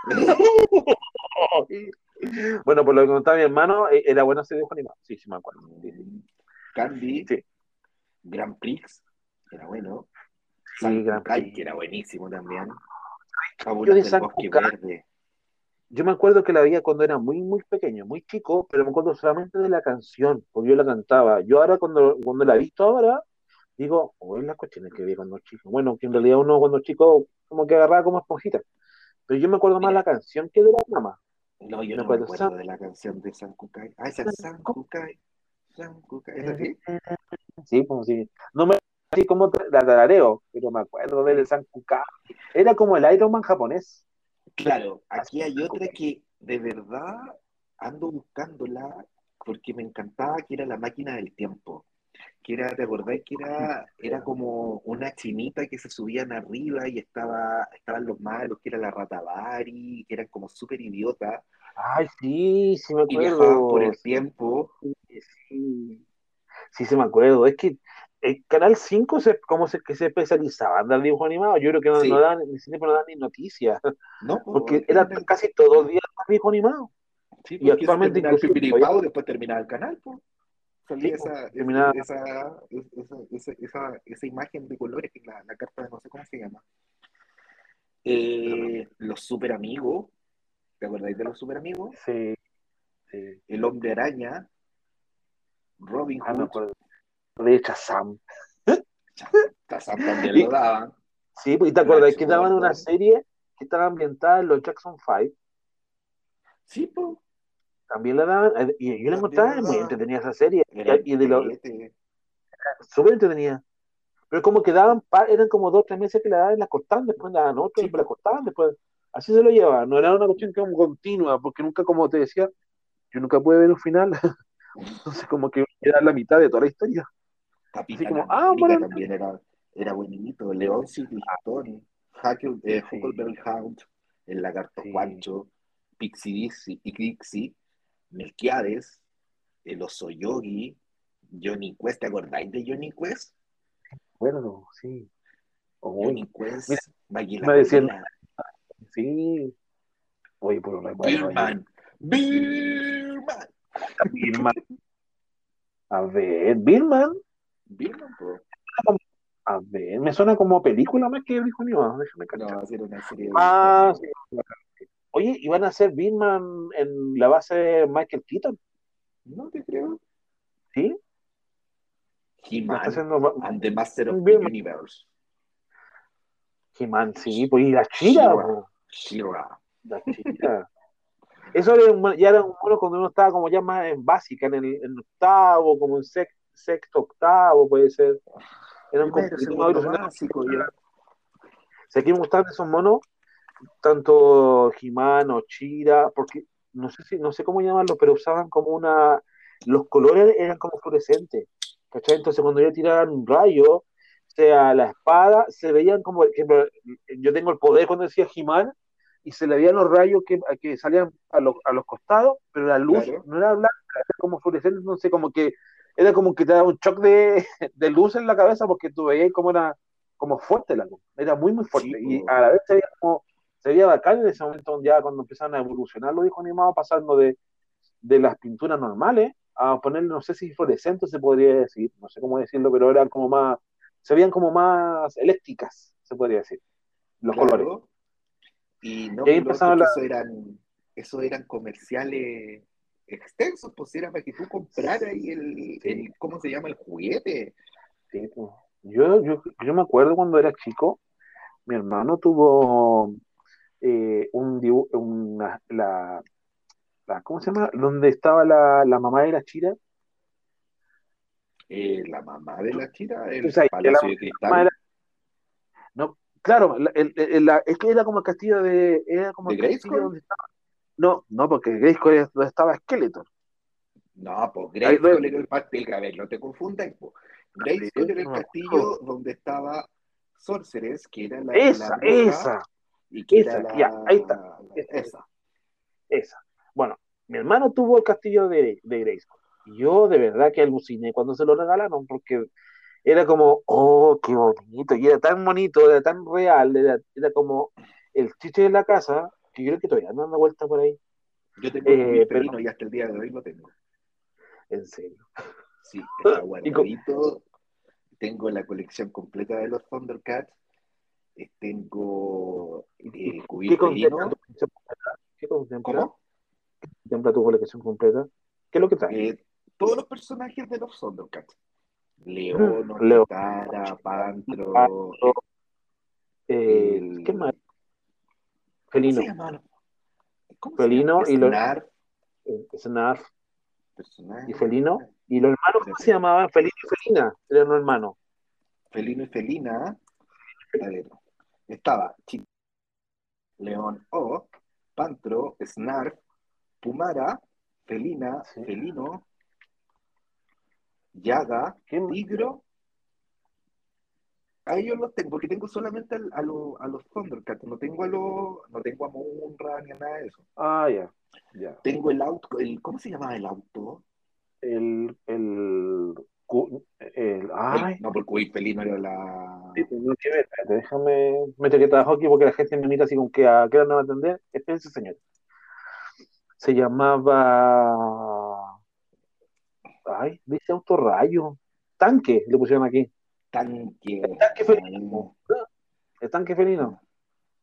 Bueno, por lo que contaba mi hermano, era bueno ese dibujo animado. Sí, sí, me acuerdo. Sí, sí. Candy, Sí, Grand Prix, era bueno. San sí, Gran Kukai, que Prix. era buenísimo también. Yo Fábulas de del San Bosque Cucat, Verde. yo me acuerdo que la veía cuando era muy, muy pequeño, muy chico, pero me acuerdo solamente de la canción, porque yo la cantaba. Yo ahora, cuando la he visto ahora, digo, oh, es la cuestión que vi cuando chico. Bueno, que en realidad uno cuando chico como que agarraba como esponjita. Pero yo me acuerdo más Mira, la canción que de la trama. no, yo Me no me acuerdo, acuerdo de la canción de San Kukai. Ah, esa es San Kukai. San Kukai, ¿es así? sí, pues sí. No me así como la tarareo, pero me acuerdo del San Cucá. Era como el Iron Man japonés. Claro, Así, aquí hay San otra Cucá. que de verdad ando buscándola porque me encantaba, que era la máquina del tiempo. Que era, ¿te acordáis que era como una chinita que se subían arriba y estaban los malos, que era la Ratavari, que eran como súper idiotas Ay, sí, sí me y viajaban por acuerdo. el tiempo? Sí, sí, sí me acuerdo. Es que el Canal 5 que se especializaba en dar dibujos animados. Yo creo que no Sí, dan, en ese tiempo no dan ni noticias, no, pues porque era era casi todos los días dibujos animados. sí, Y porque se actualmente terminaba el inclusive todavía, Pipiripao, después terminaba el canal, pues. sí, Salía pues, esa, terminaba esa, esa, esa, esa imagen de colores, que la carta de no sé cómo se llama. Los super amigos, ¿te acordáis de los super amigos? Sí, sí. El hombre araña, Robin Me Hood, acuerdo de Shazam. Shazam también lo Y, daban, sí, pues, ¿y te acuerdas Flash que daban una Gordon, serie que estaba ambientada en los Jackson 5? sí, pues, También la daban, y yo la también encontraba lo muy daban. entretenida esa serie, Era y de lo entrete. súper entretenida. Pero como que daban, eran como 2 o 3 meses que la daban y la cortaban, después la daban otro, Sí, después la pues, cortaban, después. Así se lo llevaban, no era una cuestión como continua, porque nunca, como te decía, yo nunca pude ver un final, entonces como que era la mitad de toda la historia. Así Capitán como, América bueno, también era buenito, Leoncio y Tristón, sí, Huckleberry Hound, el lagarto sí, Juancho, Pixie Dixie y Trixie, Melquiades, el oso Yogi, Johnny Quest, ¿te acordáis de Johnny Quest? bueno, sí, Johnny uy, mira, Quest, Maggie la me decían, Gomera, sí, oye, pues recuerdo ahí, Billman, Billman, Birman, a ver, Birman, Billman, po. a ver, me suena como película más que dijo animado, déjame No, cachar. va a ser una serie de dibujos Ah, animados. sí. Oye, ¿y van a hacer Birman en la base de Michael Keaton? No te creo. ¿Sí? La está He-Man haciendo and the Master of the Birman. Universe. He-Man, sí, pues, y la Chira, Shira, pues, Shira. la Chira. Eso era ya era un mono cuando uno estaba como ya más en básica, en octavo, como en sexto, octavo, puede ser. Eran como un Primero, poquito más segundo evolucionados. básico ya. Sé que me gustaban esos monos, tanto He-Man o Chira, porque no sé cómo llamarlo, pero usaban como los colores eran como fluorescentes, ¿cachai? Entonces cuando ellos tiraban un rayo, o sea, la espada, se veían como, por ejemplo, yo tengo el poder cuando decía He-Man, y se le veían los rayos que salían a los costados, pero la luz Claro. no era blanca, era como fluorescente, entonces como que era como que te daba un shock de luz en la cabeza porque tú veías como era como fuerte la luz, era muy muy Sí, fuerte, y po. a la vez se veía como se veía bacán en ese momento ya cuando empezaron a evolucionar los dibujos animados, pasando de las pinturas normales a poner, no sé si fluorescentes se podría decir, no sé cómo decirlo, pero eran como más, se veían como más eléctricas, se podría decir, los colores. Claro. Y Y no, ahí pues lo otro es empezaron que las... eso eran comerciales extensos, pues era para que tú compraras ahí Sí, ¿cómo se llama? El juguete. sí, pues. Yo me acuerdo cuando era chico, mi hermano tuvo ¿cómo se llama? Donde estaba la mamá de la Chira. La mamá de la Chira, O el sea, Palacio de la mamá Cristal no, claro, es que era como el castillo era como de el castillo Grayskull. donde estaba, no, no, porque Grayskull es donde estaba Skeletor. No, pues Ahí, Grayskull era el pastel, a ver, no te confundas, pues. Grayskull era el no me acuerdo. castillo donde estaba Sorceress, que era la Esa, bruja, y que era ya, ahí está, esa. esa. Bueno, mi hermano tuvo el castillo de Grayskull. Y yo de verdad que aluciné cuando se lo regalaron, porque era como, oh, qué bonito, y era tan bonito, era tan real, era como el chiche de la casa, que yo creo que todavía anda dando vuelta por ahí. Yo tengo el cubil Pero felino y hasta el día de hoy lo tengo. en serio. Sí, está Y co- guardadito. Tengo la colección completa de los Thundercats. Tengo cubil ¿Qué contempla tu felino. colección completa? ¿Qué contempla? ¿Cómo? ¿Contempla tu colección completa? ¿Qué es lo que trae? Todos los personajes de los Thundercats. Leono, Leo, Kitara, Pantro, Pato, ¿qué más? el... ¿Cómo se Felino. llama? ¿Cómo se llama? Felino y Snarf, Snarf y personaje, Felino. ¿Y los hermanos cómo se espérate, llamaban? Felino y Felina. Eran los hermanos. felino y felina, a ver, estaba León O, Pantro, Snarf, Pumara, Felina, Sí. Felino, Yaga, ¿Qué más? Tigro. A ellos los tengo, porque tengo solamente a los Thundercats, no tengo a Munra ni a nada de eso. Ah, ya. Ya. Tengo el auto, ¿cómo se llamaba el auto? Ay, No, porque el felino era la... no quiero ver, espérate, déjame meter que trabajo aquí porque la gente me mira así como que a qué hora no va a atender. Espérense, señor. Se llamaba. Ay, dice autorrayo. Tanque, le pusieron aquí. tanque. El tanque felino. El tanque felino.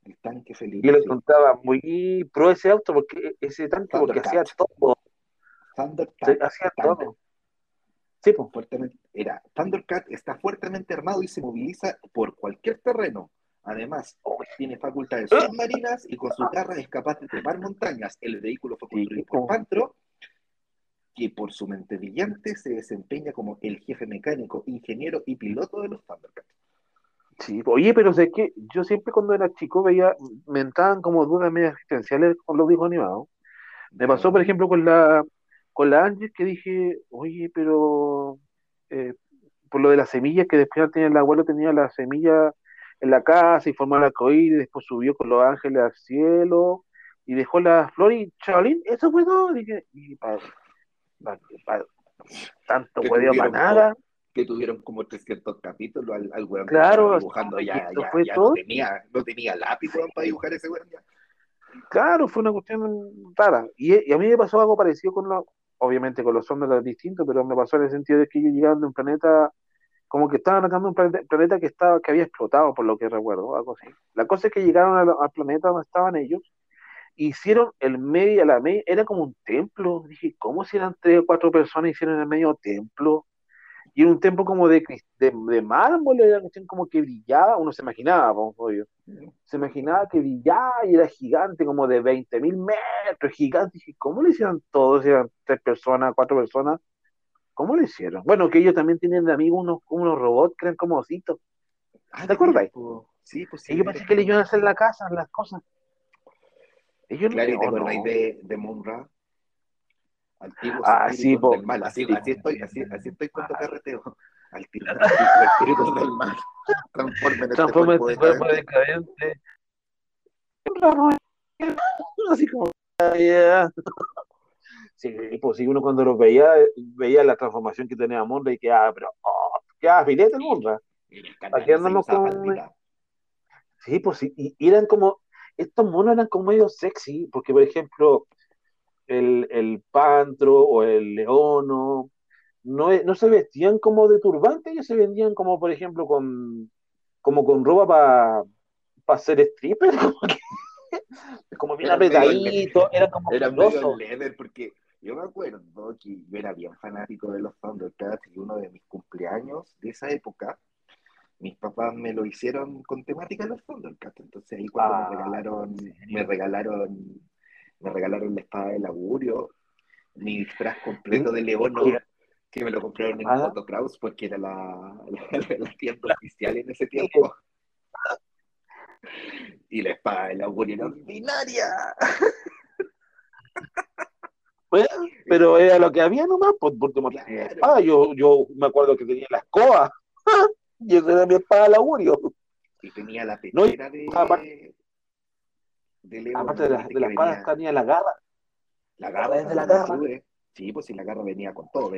el tanque Yo Felipe, lo sí. encontraba muy pro ese auto, porque ese tanque, porque hacía Thundercat, todo, Thundercat, hacía tank, todo. Sí, pues. fuertemente, era, Thundercat está fuertemente armado y se moviliza por cualquier terreno. Además, tiene facultades submarinas y con sus garras es capaz de trepar montañas. El vehículo fue Sí, construido por po. Pantro, que por su mente brillante se desempeña como el jefe mecánico, ingeniero y piloto de los Thundercats. Sí, oye, pero sé que yo siempre cuando era chico veía, me entraban como dudas medias existenciales con los dibujos animados. Me pasó, ¿Ya? por ejemplo, con la Angie, que dije, oye, pero eh, por lo de las semillas, que después tenía, el abuelo tenía la semilla en la casa y formó el arcoíris, después subió con los ángeles al cielo y dejó la flor y chavalín, eso fue todo. Dije, y pa- tanto Que huevo para tuvieron, nada. que tuvieron como 300 capítulos al weón que estaba Claro, así dibujando, como que ya, eso ya, fue ya todo. no tenía lápiz weón, para dibujar ese weón. Ya. Claro, fue una cuestión rara. Y a mí me pasó algo parecido con los, obviamente con los hombres era distinto, pero me pasó en el sentido de que ellos llegaban de un planeta, como que estaban atacando un planeta que había explotado, por lo que recuerdo, algo así. La cosa es que llegaron al planeta donde estaban ellos, hicieron el medio, la media, era como un templo. Dije, ¿cómo si eran tres o cuatro personas hicieron el medio templo? Y era un templo como de mármol, era una cuestión como que brillaba, uno se imaginaba, pues, obvio. Se imaginaba que brillaba y era gigante, como de 20.000 metros, gigante. Dije, ¿cómo lo hicieron todos? Eran tres personas, cuatro personas. ¿Cómo lo hicieron? Bueno, que ellos también tienen de amigos unos robots que eran como ositos. Ah, ¿Te de veras, acordáis? pues. Sí, pues sí, de Ellos veras parece que que le no. iban a hacer la casa, las cosas. Ellos, Claro, ¿y te o acordáis no. de Munra? Antiguos Ah, sí, espíritus po. del mal. Antiguo. Así estoy cuando carreteo. Antiguos espíritus del mal. Transformen este Transforma cuerpo este cuerpo decadente. decadente. Así como. Yeah. Sí, pues sí, uno cuando los veía, veía la transformación que tenía Monra y quedaba, pero, oh, quedaba filete el Sí, Monra. era ¿Para qué escandalosa y andamos usaba con...? faldita. Sí, pues sí, y eran como, estos monos eran como medio sexy, porque por ejemplo, el Pantro o el Leono, no se vestían como de turbante, ellos se vendían como, por ejemplo, como con ropa para ser stripper, como bien Eran medio, apretadito, eran como eran medio filosos. leather porque yo me acuerdo que yo era bien fanático de los Thundercats y uno de mis cumpleaños de esa época, mis papás me lo hicieron con temática de los Thundercats. Entonces ahí cuando Ah, ¿en serio? me regalaron la espada del augurio, mi disfraz ¿Y, completo de oye, Leono, que me lo la compraron en espada? Otto Kraus porque era la tienda oficial en ese Sí, tiempo. Y la espada del augurio era ordinaria. pues, pero era lo que había nomás, porque no tenía espada. Claro. Yo me acuerdo que tenía la escoba, y esa era mi espada de augurio. Y tenía la No, y pechera aparte, de aparte Leono de que la espada venía, tenía la garra. la ¿Te acuerdas garra de la no la garra? tuve. Sí, pues si la garra venía con todo,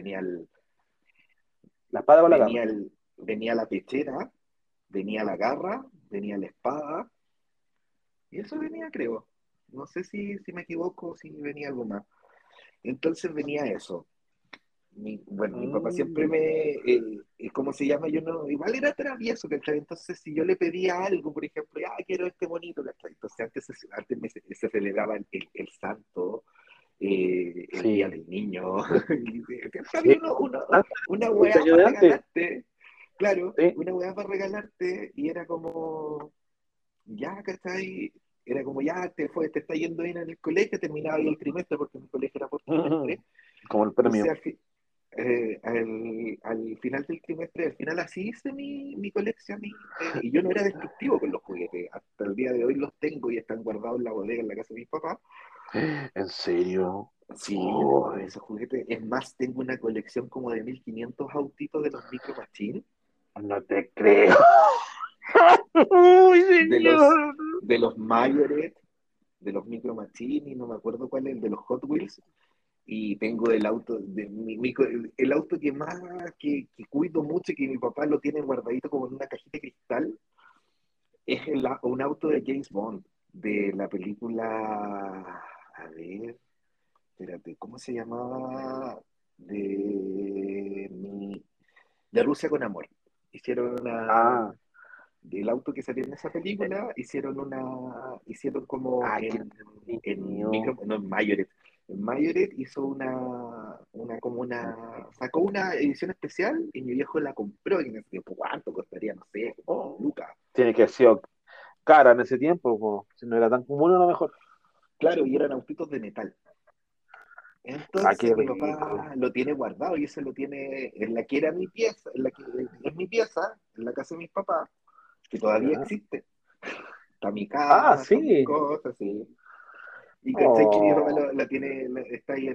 La espada con la garra. venía la pechera, venía la garra, venía la espada, y eso venía, creo. No sé si me equivoco o si venía algo más. Entonces venía eso. Bueno, mi papá siempre Mm. ¿cómo se llama? Yo no, igual era travieso, ¿cachai? Entonces, si yo le pedía algo, por ejemplo, quiero este bonito, ¿cachai? Entonces, se celebraba el santo, el día Sí, del niño, y siempre sí. había Antes una del weá cumpleaños para de antes. regalarte, claro, Sí. una weá para regalarte, y era como, ya, ¿cachai? Era como, ya, te está yendo bien en el colegio, terminaba ahí el trimestre, porque mi colegio era por trimestre. Como el Entonces, premio. al final del trimestre, al final así hice mi colección y yo no era destructivo con los juguetes. Hasta el día de hoy los tengo y están guardados en la bodega en la casa de mis papás. ¿En serio? Sí, yo tengo todos Uy, esos juguetes. Es más, tengo una colección como de 1500 autitos de los Micro Machines, no te creo. Uy, de los, señor. de los Mayoret, de los Micro Machines, y no me acuerdo cuál es, el de los Hot Wheels. Y tengo el auto, el auto que más, que cuido mucho y que mi papá lo tiene guardadito como en una cajita de cristal, es un auto de James Bond, de la película, a ver, espérate, ¿cómo se llamaba? De, de Rusia con amor. Hicieron Ah, del auto que salió en esa película, hicieron como Ay, qué en entretenido. no, en Mayoret. En Mayoret hizo sacó una edición especial y mi viejo la compró y en ese tiempo, ¿cuánto costaría? No sé, como Oh, lucas. tiene que haber sido cara en ese tiempo, po. Si no era tan común, a lo mejor. Claro, y eran autitos de metal. Ah, qué Entonces mi rico. papá lo tiene guardado y ese lo tiene en la que era mi pieza, en la que es mi pieza, en la casa de mis papás, que todavía Ya. existe. Está mi Ah, cama, están mis sí. cosas, sí. Y cachai que mi papá Oh. la tiene, está ahí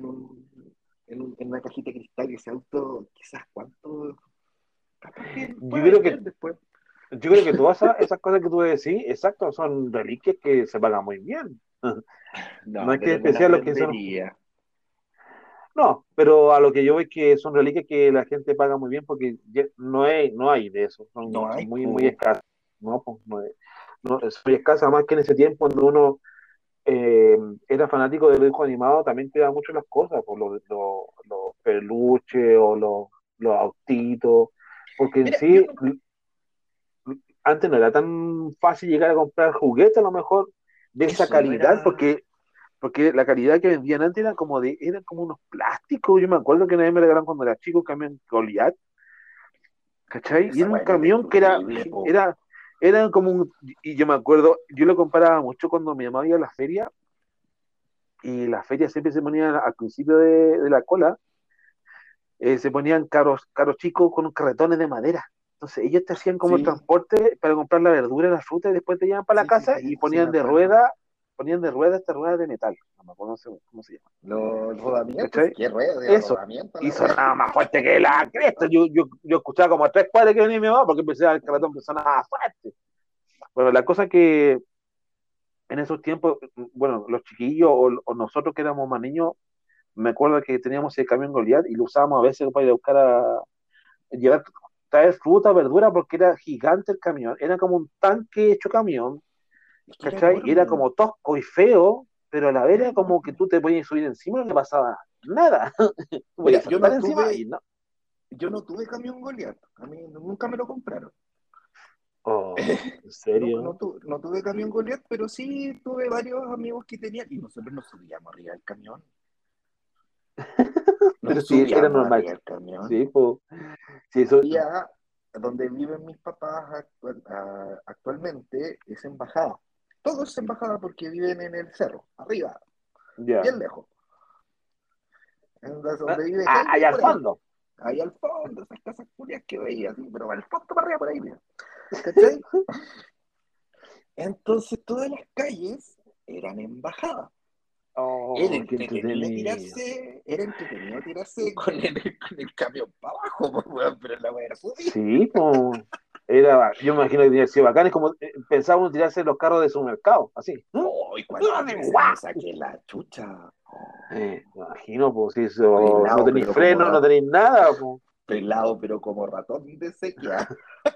en una cajita de cristal y ese auto, quizás cuánto, capaz que Yo pueda creo vender que, después. yo creo que todas esas cosas que tú decís, exacto, son reliquias que se pagan muy bien. No No, es que pero no las especial los que son. vendería. No, pero a lo que yo veo es que son reliquias que la gente paga muy bien porque no hay de eso, No son hay, muy, muy po. escasas. No, pues, no, es muy escasa, más que en ese tiempo cuando uno eh, era fanático del dibujo animado, también cuidaba mucho las cosas, por los peluches o los autitos, porque en Mira, yo sí no, antes no era tan fácil llegar a comprar juguetes a lo mejor de esa eso no calidad, era, porque la calidad que vendían antes eran como unos plásticos. Yo me acuerdo que una vez me regalaron cuando era chico un camión Goliath, ¿cachai? Y esa era un weá es camión que indestructible, po. era como y yo me acuerdo, yo lo comparaba mucho cuando mi mamá iba a la feria, y la feria siempre se ponían al principio de la cola, se ponían caros chicos con carretones de madera. Entonces ellos te hacían como el Sí, transporte para comprar la verdura, la fruta y después te llevaban para la sí, sí, casa sí, y sí me acuerdo. ponían de rueda estas ruedas de metal. No me acuerdo cómo se llama. Los rodamientos, ¿Cachai? qué rueda de Eso. rodamiento Y la weá. sonaba más fuerte que la cresta. Yo escuchaba como a 3 cuadras que venía mi mamá porque empecé a el carretón que sonaba fuerte. Bueno, la cosa que en esos tiempos, bueno, los chiquillos o nosotros que éramos más niños, me acuerdo que teníamos el camión Goliath y lo usábamos a veces para ir a buscar llevar, traer fruta, verdura, porque era gigante el camión, era como un tanque hecho camión, Es que era ¿cachai? Y era enorme, como tosco y feo, pero a la vez era era como que enorme. tú te podías subir encima y no le pasaba nada. Tú Mira, podías saltar encima y no. yo no tuve camión Goliath, a mí nunca me lo compraron. Oh, ¿en No, serio? no tuve camión Goliath, pero sí tuve varios amigos que tenían, y nosotros nos subíamos arriba del camión. Pero Nos sí, era subíamos normal. arriba del camión. Sí, pues, sí, eso, Y a donde viven mis papás actualmente es en bajada. Todo es en bajada porque viven en el cerro, arriba, ya. bien lejos. Donde vive Allá Heidi, al por ahí. fondo. Ahí al fondo, esas casas curias que veía así, pero al fondo para arriba, por ahí, mira. ¿Cachai? Entonces todas las calles eran en bajada. Oh, qué entretenido. Era entretenido tirarse con el camión para abajo, pues, weón, pero la weá era subir. Sí, pues. Yo me imagino que tenía que ser bacán, es como pensaba uno tirarse los carros de su mercado, así. ¿Mm? Oh, ¿y cuántas Así, veces me ¡guau! saqué la chucha? Oh, Me imagino, pues, si eso, no pelado, tenéis pero freno, no tenéis nada, pues. pelado, pero como ratón de sequía.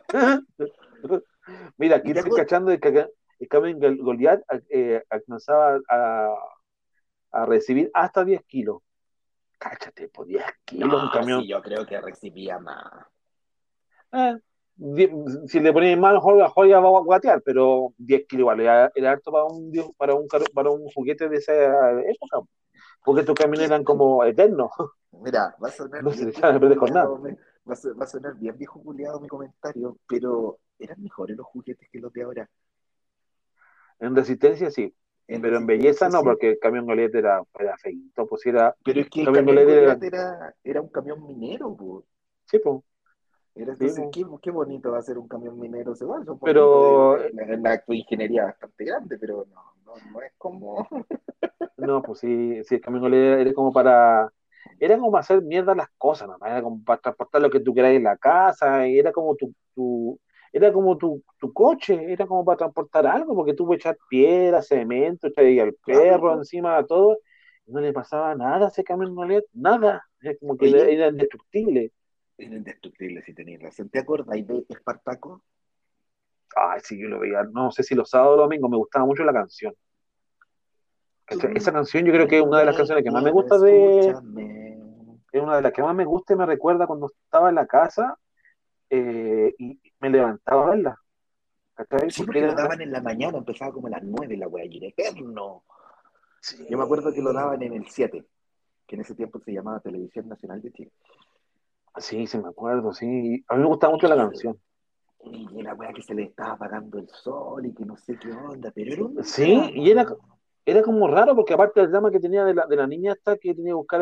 Mira, Y aquí te estoy acuerdas, cachando de que el camión Goliath alcanzaba a recibir hasta 10 kilos. Cáchate, pues 10 kilos un no, sí, camión. yo creo que recibía más. Eh, die- si le ponéis mal joya, joya va a guatear, pero 10 kilos igual era harto para un juguete de esa época, porque estos camiones ¿Qué? eran como eternos, Mira, va a sonar no se le bien echaban viejo a perder con nada. culiado, va a sonar bien viejo culiado mi comentario, pero eran mejores los juguetes que los de ahora. En resistencia sí, En pero en belleza resistencia no, sí. porque el camión golete era feito, pues si era, Pero es que el camión camión golete era, Goliath era un camión minero, po. sí, pues, Era sí, entonces, pues. qué bonito va a ser un camión minero. Se bueno, son bonitos Pero en la ingeniería bastante grande, pero no es como. no, pues sí, sí, el camión golete era como para hacer mierda las cosas, nomás, era como para transportar lo que tú queráis en la casa, y era como era como tu coche, era como para transportar algo, porque tú puedes echar piedra, cemento, echar ahí al Claro, perro po. encima de todo, y no le pasaba nada a ese camión golete, nada, es como que Oye, era indestructible. era indestructible si tenéis razón. ¿Te acuerdas de Espartaco? Ay, sí, yo lo veía, no sé si los sábados o domingos, me gustaba mucho la canción. ¿Cachai? Esa Tú canción yo creo que es una de las canciones que más me ven, gusta escúchame. es una de las que más me gusta y me recuerda cuando estaba en la casa y me levantaba a verla. ¿cachai? Sí, Porque porque lo era, daban en la mañana, empezaba como a las 9 la weá, y era eterno. Yo me acuerdo que lo sí, daban en el 7, que en ese tiempo se llamaba Televisión Nacional de Chile. sí, sí me acuerdo, sí. A mí me gusta mucho la Y, canción. y la weá que se le estaba apagando el sol y que no sé qué onda, pero era un Sí, y era, drama. era como raro porque aparte del drama que tenía de la niña esta que tenía que buscar,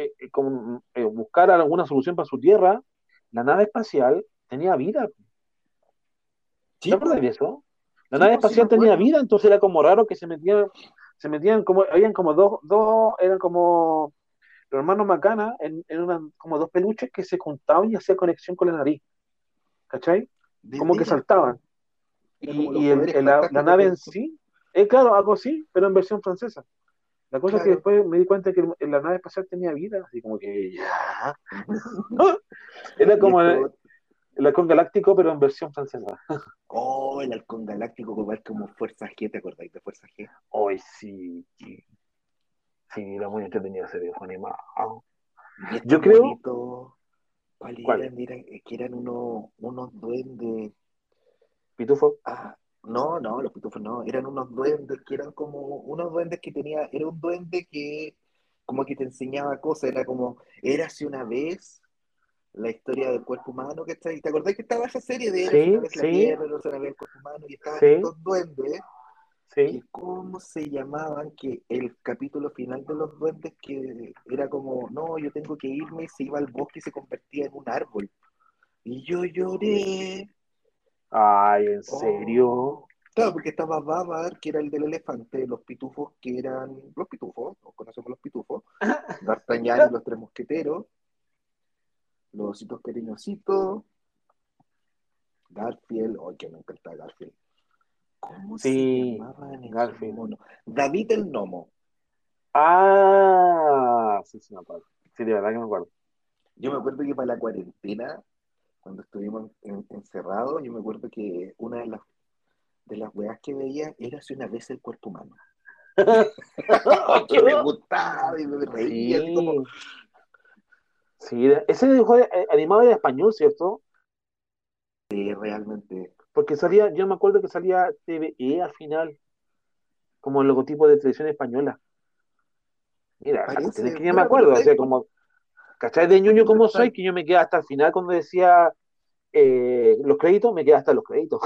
buscar alguna solución para su tierra, la nave espacial tenía vida. ¿Te acuerdas de eso? La Sí, nave pues sí me espacial tenía acuerdo. vida, entonces era como raro que se metían como, habían como eran como los hermanos Macana en como dos peluches que se juntaban y hacían conexión con la nariz, ¿cachai? De Como que veras, saltaban. era como los Y poderes la fantásticos nave de en esto. sí, claro, algo así, pero en versión francesa. La cosa es que Claro. después me di cuenta que la nave espacial tenía vida, así como que ya. Era Y como esto, el halcón galáctico, pero en versión francesa. oh, el halcón galáctico, igual como Fuerza G, ¿te acordáis de Fuerza G? Hoy sí, sí, era muy entretenido ese dibujo animado. Y Yo estos creo, monitos, ¿cuáles ¿cuál? eran? Que eran unos duendes. ¿Pitufo? Ah, no, no, los pitufos no, eran unos duendes que eran como unos duendes que tenía, era un duende que como que te enseñaba cosas, era como, érase una vez la historia del cuerpo humano, ¿cachai? ¿Te acordás que estaba esa serie de érase una Sí, vez la sí, Tierra, érase una vez el cuerpo humano, y estaban sí, estos duendes que, sí. ¿cómo se llamaban? Que el capítulo final de los duendes que era como, no, yo tengo que irme, y se iba al bosque y se convertía en un árbol. Y yo lloré. Ay, ¿en serio? Oh, claro, porque estaba Babar, que era el del elefante, los pitufos, que eran los pitufos, nos conocemos los pitufos, D'Artagnan y los tres mosqueteros, los ositos cariñositos, Garfield, oh, que me encanta Garfield. ¿Cómo se Sí, llamaban esos Garfield. monos? David el Gnomo. Ah, sí, sí, me acuerdo. Sí, de verdad que me acuerdo. Yo me acuerdo que para la cuarentena, cuando estuvimos encerrados, yo me acuerdo que una de las weas que veía era si una vez el cuerpo humano. Que me gustaba y me reía, así como, Sí, sí. Ese dibujo animado era español, ¿cierto? realmente. Porque salía, yo me acuerdo que salía TVE al final, como el logotipo de televisión española. Mira, la cuestión es Parece, que ya me bueno, pero acuerdo, o ¿sabes sea, por, como, ¿cachai de por ñoño dónde como soy? están? Que yo me quedé hasta el final cuando decía los créditos, me quedé hasta los créditos.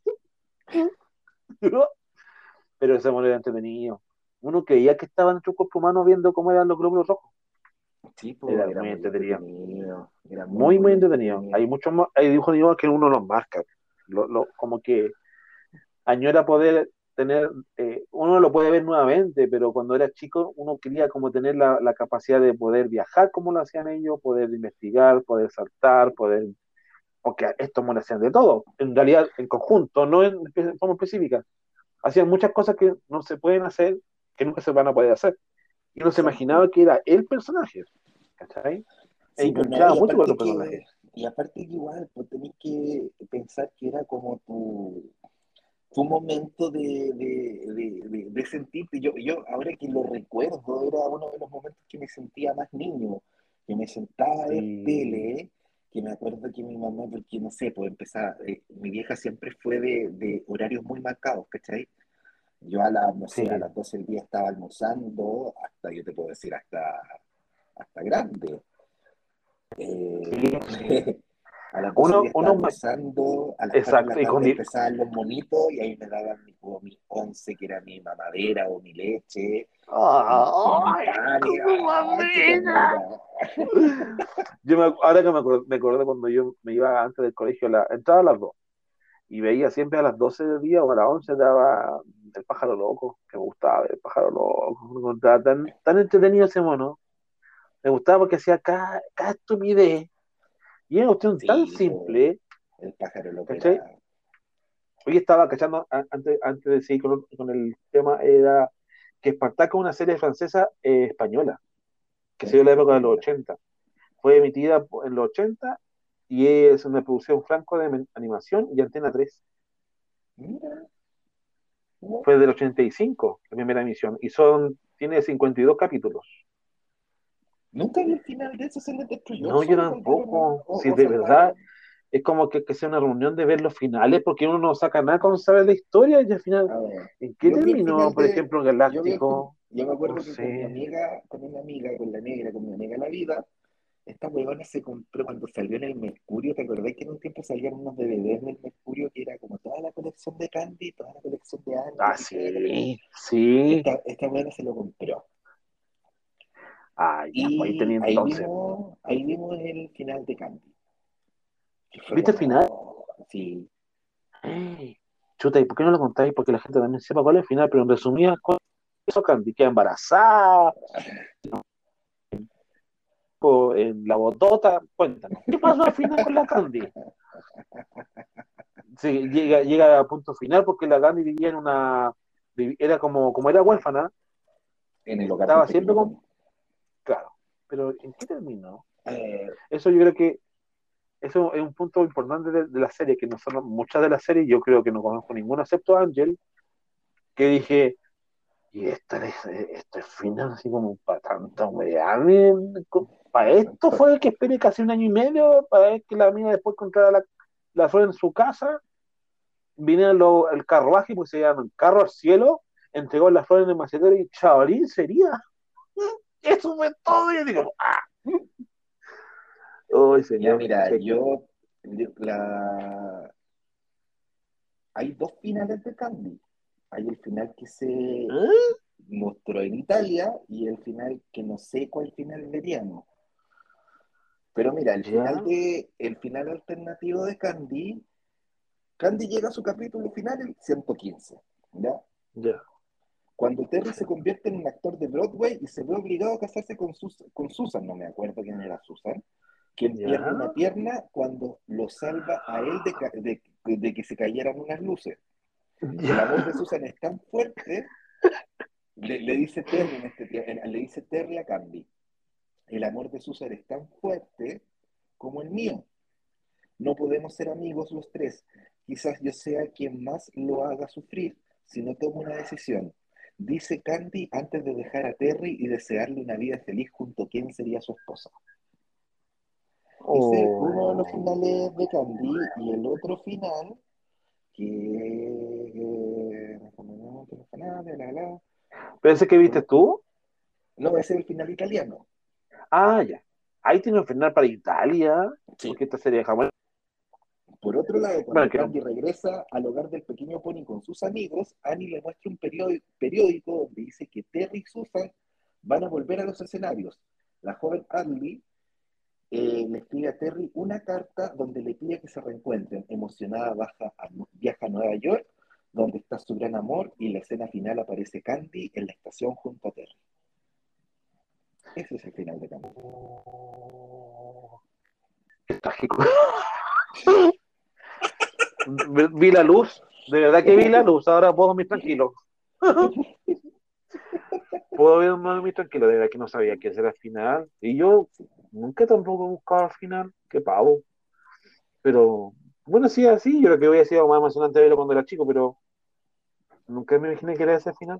Pero ese mono era entretenido. Uno creía que estaba en nuestro cuerpo humano viendo cómo eran los glóbulos rojos. Sí, pues Era era muy muy entretenido. entretenido, era muy, Muy, muy muy entretenido. entretenido. Hay muchos hay dibujos animados que uno los marca. Como que añora poder tener, uno lo puede ver nuevamente, pero cuando era chico uno quería como tener la capacidad de poder viajar como lo hacían ellos, poder investigar, poder saltar, poder, porque estos monos hacían de todo, en realidad en conjunto, no en forma específica. Hacían muchas cosas que no se pueden hacer, que nunca se van a poder hacer. Y uno se Exacto. imaginaba que era el personaje, ¿cachai? E Sí, pues no, enganchaba mucho con los personajes. y aparte que igual, pues tenés que pensar que era como tu momento de sentirte. Yo, ahora que lo recuerdo, era uno de los momentos que me sentía más niño, que me sentaba a ver Sí, tele, que me acuerdo que mi mamá, porque no sé, pues empezaba, mi vieja siempre fue de horarios muy marcados, ¿cachai? Yo no sé, a sí, las 12 del día estaba almorzando, hasta, yo te puedo decir, hasta grande. sí. A las 12 del día estaba Uno, almorzando, a las 4 de la exacto, y con, tarde empezaban los monitos y ahí me daban mi once, que era mi mamadera o mi leche, mi ¡ay! pan, y ¡Como ¡ay, qué mamera! ternura! Ahora que me acordé cuando yo me iba antes del colegio, entraba a las 2 y veía siempre a las 12 del día o a las 11 daba el pájaro loco, que me gustaba ver el pájaro loco, me encontraba tan entretenido ese mono, me gustaba porque hacía cada estupidez y era una cuestión tan Sí, po, simple, el pájaro loco ¿cachai? era. Hoy estaba cachando, antes de seguir con el tema, era que Espartaco es una serie francesa española, que se dio en la época de los Entretenido. 80. Fue emitida en los 80 y es una producción franco de animación y Antena 3. Mira, no, Fue del 85, la primera emisión, y tiene 52 capítulos. nunca vi el final de eso, se les destruyó el No, yo sol, salvaron, tampoco. Si o de verdad, salvaron. es como que sea una reunión de ver los finales, porque uno no saca nada con saber la historia y al final, A ver, ¿en qué yo vi el terminó, final por de, ejemplo, yo Galáctico? me No acuerdo que sé. con la negra, con mi amiga La Vida, esta huevona se compró cuando salió en el Mercurio. ¿Te acordás que en un tiempo salían unos DVDs en el Mercurio que era como toda la colección de Candy, toda la colección de Ah, Ángel y toda la colección? sí, sí. Esta huevona se lo compró. Ah, ya, pues ahí tenía Y entonces. ahí vimos el final de Candy. Que fue ¿Viste el final? como, sí, Ey, chuta, ¿y por qué no lo contáis? Porque la gente también sepa cuál es el final, pero en resumidas cosas, eso Candy queda embarazada, en la botota, cuéntanos, ¿qué pasó al final con la Candy? Sí, llega a punto final porque la Candy vivía en era como era huérfana, en el hogar del estaba siempre pequeño con, Pony. claro, pero ¿en qué terminó? Eh, Eso yo creo que eso es un punto importante de la serie, que nosotros, muchas de las series, yo creo que no conozco ninguna excepto Ángel, que dije, y esto es final, así como para tanta weá, para esto fue que esperé casi un año y medio, para ver que la mina después encontrara la flor en su casa, vine el carruaje, pues se llama el carro al cielo, entregó las flores en el macetero y chavalín sería. Eso fue todo, y yo digo, ¡ah! ¡Ay, ya señor! mira, Check. hay dos finales de Candy. Hay el final que se ¿Ah? mostró en Italia y el final que no sé cuál final veríamos. Pero mira, ¿Ya? el final alternativo de Candy, Candy llega a su capítulo final el 115, ¿ya? Ya. Cuando Terry Sí. se convierte en un actor de Broadway y se ve obligado a casarse con Susan, no me acuerdo quién era Susan, quien pierde una ¿Ya? pierna cuando lo salva a él de que se cayeran unas luces. El ¿Ya? amor de Susan es tan fuerte, le dice Terry le dice Terry a Candy, el amor de Susan es tan fuerte como el mío. No podemos ser amigos los tres. Quizás yo sea quien más lo haga sufrir si no tomo una decisión. Dice Candy antes de dejar a Terry y desearle una vida feliz junto a quien sería su esposa. Ese es uno de los Oh. finales de Candy y el otro final que... ¿Pero ese que viste tú? No, ese es el final italiano. Ah, ya. Ahí tiene un final para Italia, Sí. porque esta serie jamás. Por otro lado, Bueno, cuando que no. Candy regresa al hogar del pequeño Pony con sus amigos, Annie le muestra un periódico donde dice que Terry y Susan van a volver a los escenarios. La joven Annie le escribe a Terry una carta donde le pide que se reencuentren. Emocionada viaja a Nueva York, donde está su gran amor, y en la escena final aparece Candy en la estación junto a Terry. Ese es el final de Candy. Oh, qué trágico. Vi la luz, de verdad que vi la luz, ahora puedo dormir tranquilo. Puedo dormir tranquilo, de verdad que no sabía qué era el final. Y yo nunca tampoco he buscado el final, qué pavo. Pero bueno, sí, así, yo creo que hubiera sido más emocionante verlo cuando era chico, pero nunca me imaginé que era ese final.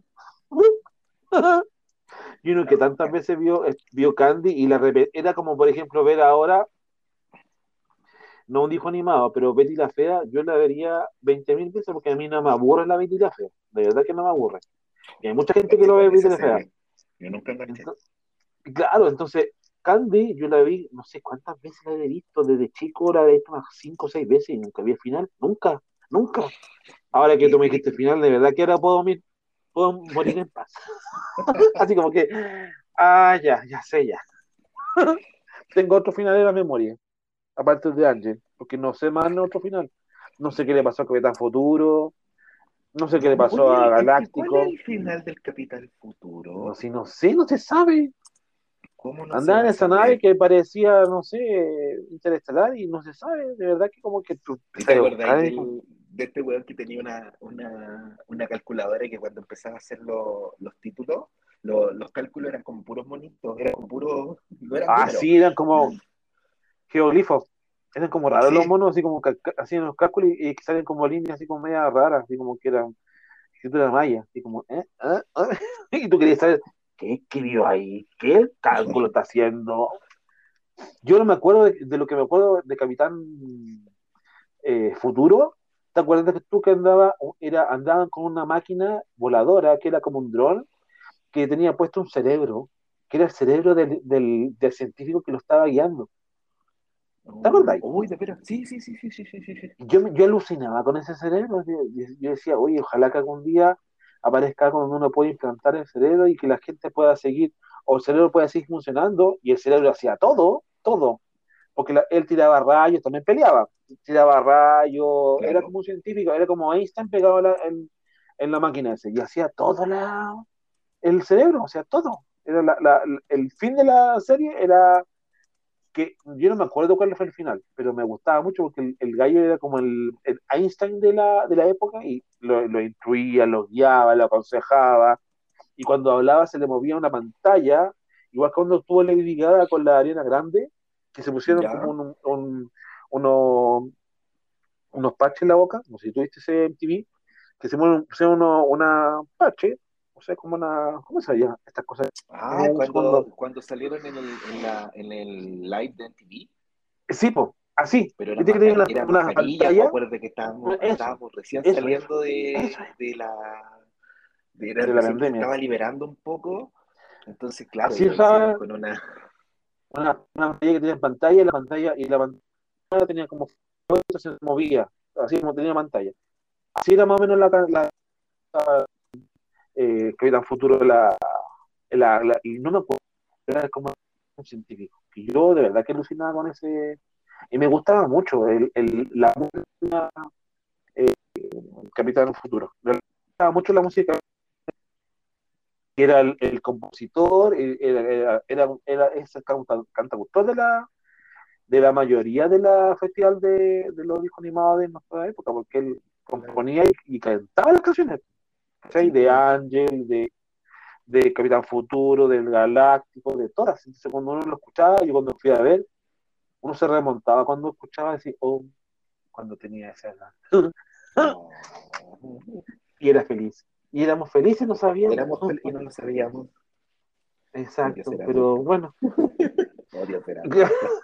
Y uno que tantas veces vio Candy y era como, por ejemplo, ver ahora, no un dijo animado, pero Betty la Fea, yo la vería 20.000 veces porque a mí no me aburre la Betty la Fea. De verdad que no me aburre. Y hay mucha gente que Es lo ve buena Betty esa la Fea. serie. Yo nunca enganché. Entonces, claro, entonces Candy yo la vi, no sé cuántas veces la he visto, desde chico la he visto unas 5 o 6 veces y nunca vi el final, nunca, nunca. Ahora que tú me dijiste el final, de verdad que ahora puedo morir en paz. Así como que, ya sé, ya. Tengo otro final en la memoria, aparte de Ángel, porque no sé más en otro final. No sé qué le pasó a Capitán Futuro, no sé qué le pasó a ¿Cuál es Galáctico, el final del Capitán no Futuro? sé, no sé, no se sabe. ¿Cómo no se Andaba va en a esa nave saber? que parecía, no sé, interestelar y no se sabe, de verdad que como que tú ¿Y te empiezas a acordáis buscar y como, de este weón que tenía una calculadora y que cuando empezaba a hacer los títulos, los cálculos eran como puros monitos, eran como puros, no eran números? sí, eran como geoglifos, eran como raros los Sí, monos, así como hacían los cálculos y que salen como líneas así como media raras, así como que eran escritura maya, así como, y tú querías saber, ¿qué escribió ahí? ¿Qué cálculo está haciendo? Yo no me acuerdo de lo que me acuerdo de Capitán Futuro. ¿Te acuerdas que tú que andaban con una máquina voladora que era como un dron que tenía puesto un cerebro, que era el cerebro del científico que lo estaba guiando? ¿Te acuerdas? Uy, de veras. Sí, sí, sí, sí, sí, sí, sí, sí. Yo alucinaba con ese cerebro. Yo decía, oye, ojalá que algún día aparezca algo donde uno pueda implantar el cerebro y que la gente pueda seguir, o el cerebro pueda seguir funcionando, y el cerebro hacía todo, todo. Porque él tiraba rayos, también peleaba, tiraba rayos, era Claro. como un científico, era como Einstein pegado en la máquina ese, y hacía todo el cerebro, o sea, todo. Era el fin de la serie era que yo no me acuerdo cuál fue el final, pero me gustaba mucho porque el gallo era como el Einstein de la época y lo instruía, lo guiaba, lo aconsejaba, y cuando hablaba se le movía una pantalla, igual cuando estuvo Lady Gaga con la Ariana Grande, que se pusieron como Ya. unos, unos parches en la boca, no sé si tuviste ese MTV, que pusieron una parche, o sea, como una, ¿cómo se llama? Estas cosas que Ah, uno usa cuando... cuando salieron en el live de MTV, Sí, pues, así, pero viste que tenía eran una mascarillas, pues pantalla, acuérdate que eso, estábamos recién eso, eso, saliendo eso es, era de la recién que se pandemia. estaba liberando un poco, entonces claro, Así lo hicieron usaba con una, una pantalla que tenía pantalla, y la pantalla tenía como se movía, así como tenía pantalla. Así era más o menos Capitán Futuro y no me acuerdo, era como un científico. Y yo de verdad que alucinaba con ese, y me gustaba mucho la música eh, Capitán Futuro. Me gustaba mucho la música que era el compositor, es el cantautor de la mayoría de la festival de los discos animados de nuestra época, porque él componía y cantaba las canciones, ¿cachai? sí, De pues, Ángel, de Capitán Futuro, del Galáctico, de todas. Entonces, cuando uno lo escuchaba, yo cuando fui a ver, uno se remontaba cuando escuchaba y decía, oh, cuando tenía esa edad. no, Y era feliz. Y éramos felices, no sabíamos. y no lo sabíamos, odio Exacto, ser pero adulto, bueno. odio ser adulto.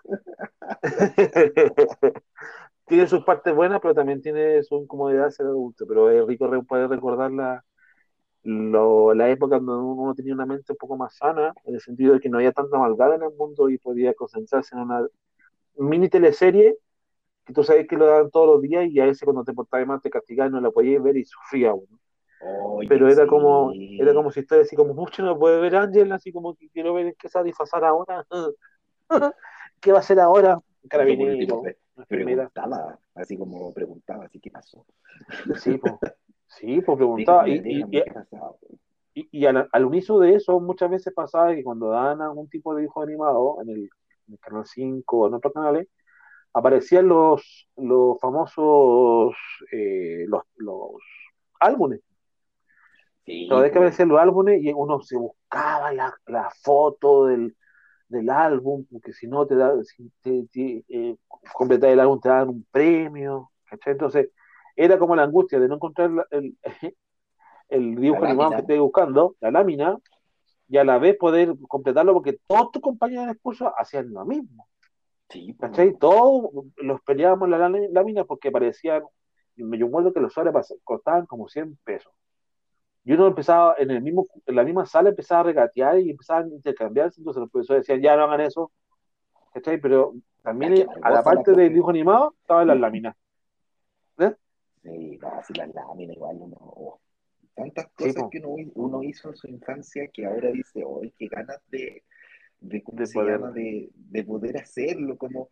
Tiene sus partes buenas, pero también tiene su incomodidad ser adulto. Pero es rico poder recordar la época donde uno tenía una mente un poco más sana, en el sentido de que no había tanta maldad en el mundo y podía concentrarse en una mini teleserie que tú sabes que lo daban todos los días y a veces cuando te portabas mal te castigaban y no la podías ver y sufría uno. Oye, Pero era sí. como si estuviera así como mucho no puede ver Ángel, así como que quiero ver qué se va a disfrazar ahora. ¿Qué va a hacer ahora? Yo por último Carabinero, enfermera. preguntaba, así como preguntaba, así, ¿qué pasó? Sí, pues. Sí, pues preguntaba. Díganme qué pasó. Y al unísono de eso, muchas veces pasaba que cuando daban algún tipo de dibujo animado en el Canal 5 o en otros canales, aparecían los famosos los álbumes. Cada Sí, vez que pues, aparecían los álbumes, y uno se buscaba la foto del álbum, porque si no si completar el álbum te daban un premio, ¿cachai? Entonces, era como la angustia de no encontrar el la dibujo animado que lámina, estés buscando, la lámina, y a la vez poder completarlo porque todos tus compañeros de curso hacían lo mismo, sí, ¿cachai? pues, Todos los peleábamos la lámina porque parecían, yo me acuerdo que los sobres costaban como 100 pesos. Y uno empezaba en la misma sala, empezaba a regatear y empezaba a intercambiarse, entonces los profesores decían, ya no hagan eso, ¿cachai? Pero hay también que a la amargosa la parte del profe. dibujo animado estaban las láminas, ¿eh? Sí, no, así la lámina igual uno, tantas Sí, cosas po, que uno hizo en su infancia que ahora dice, hoy qué ganas ¿cómo de se poder, llama? De poder hacerlo, como,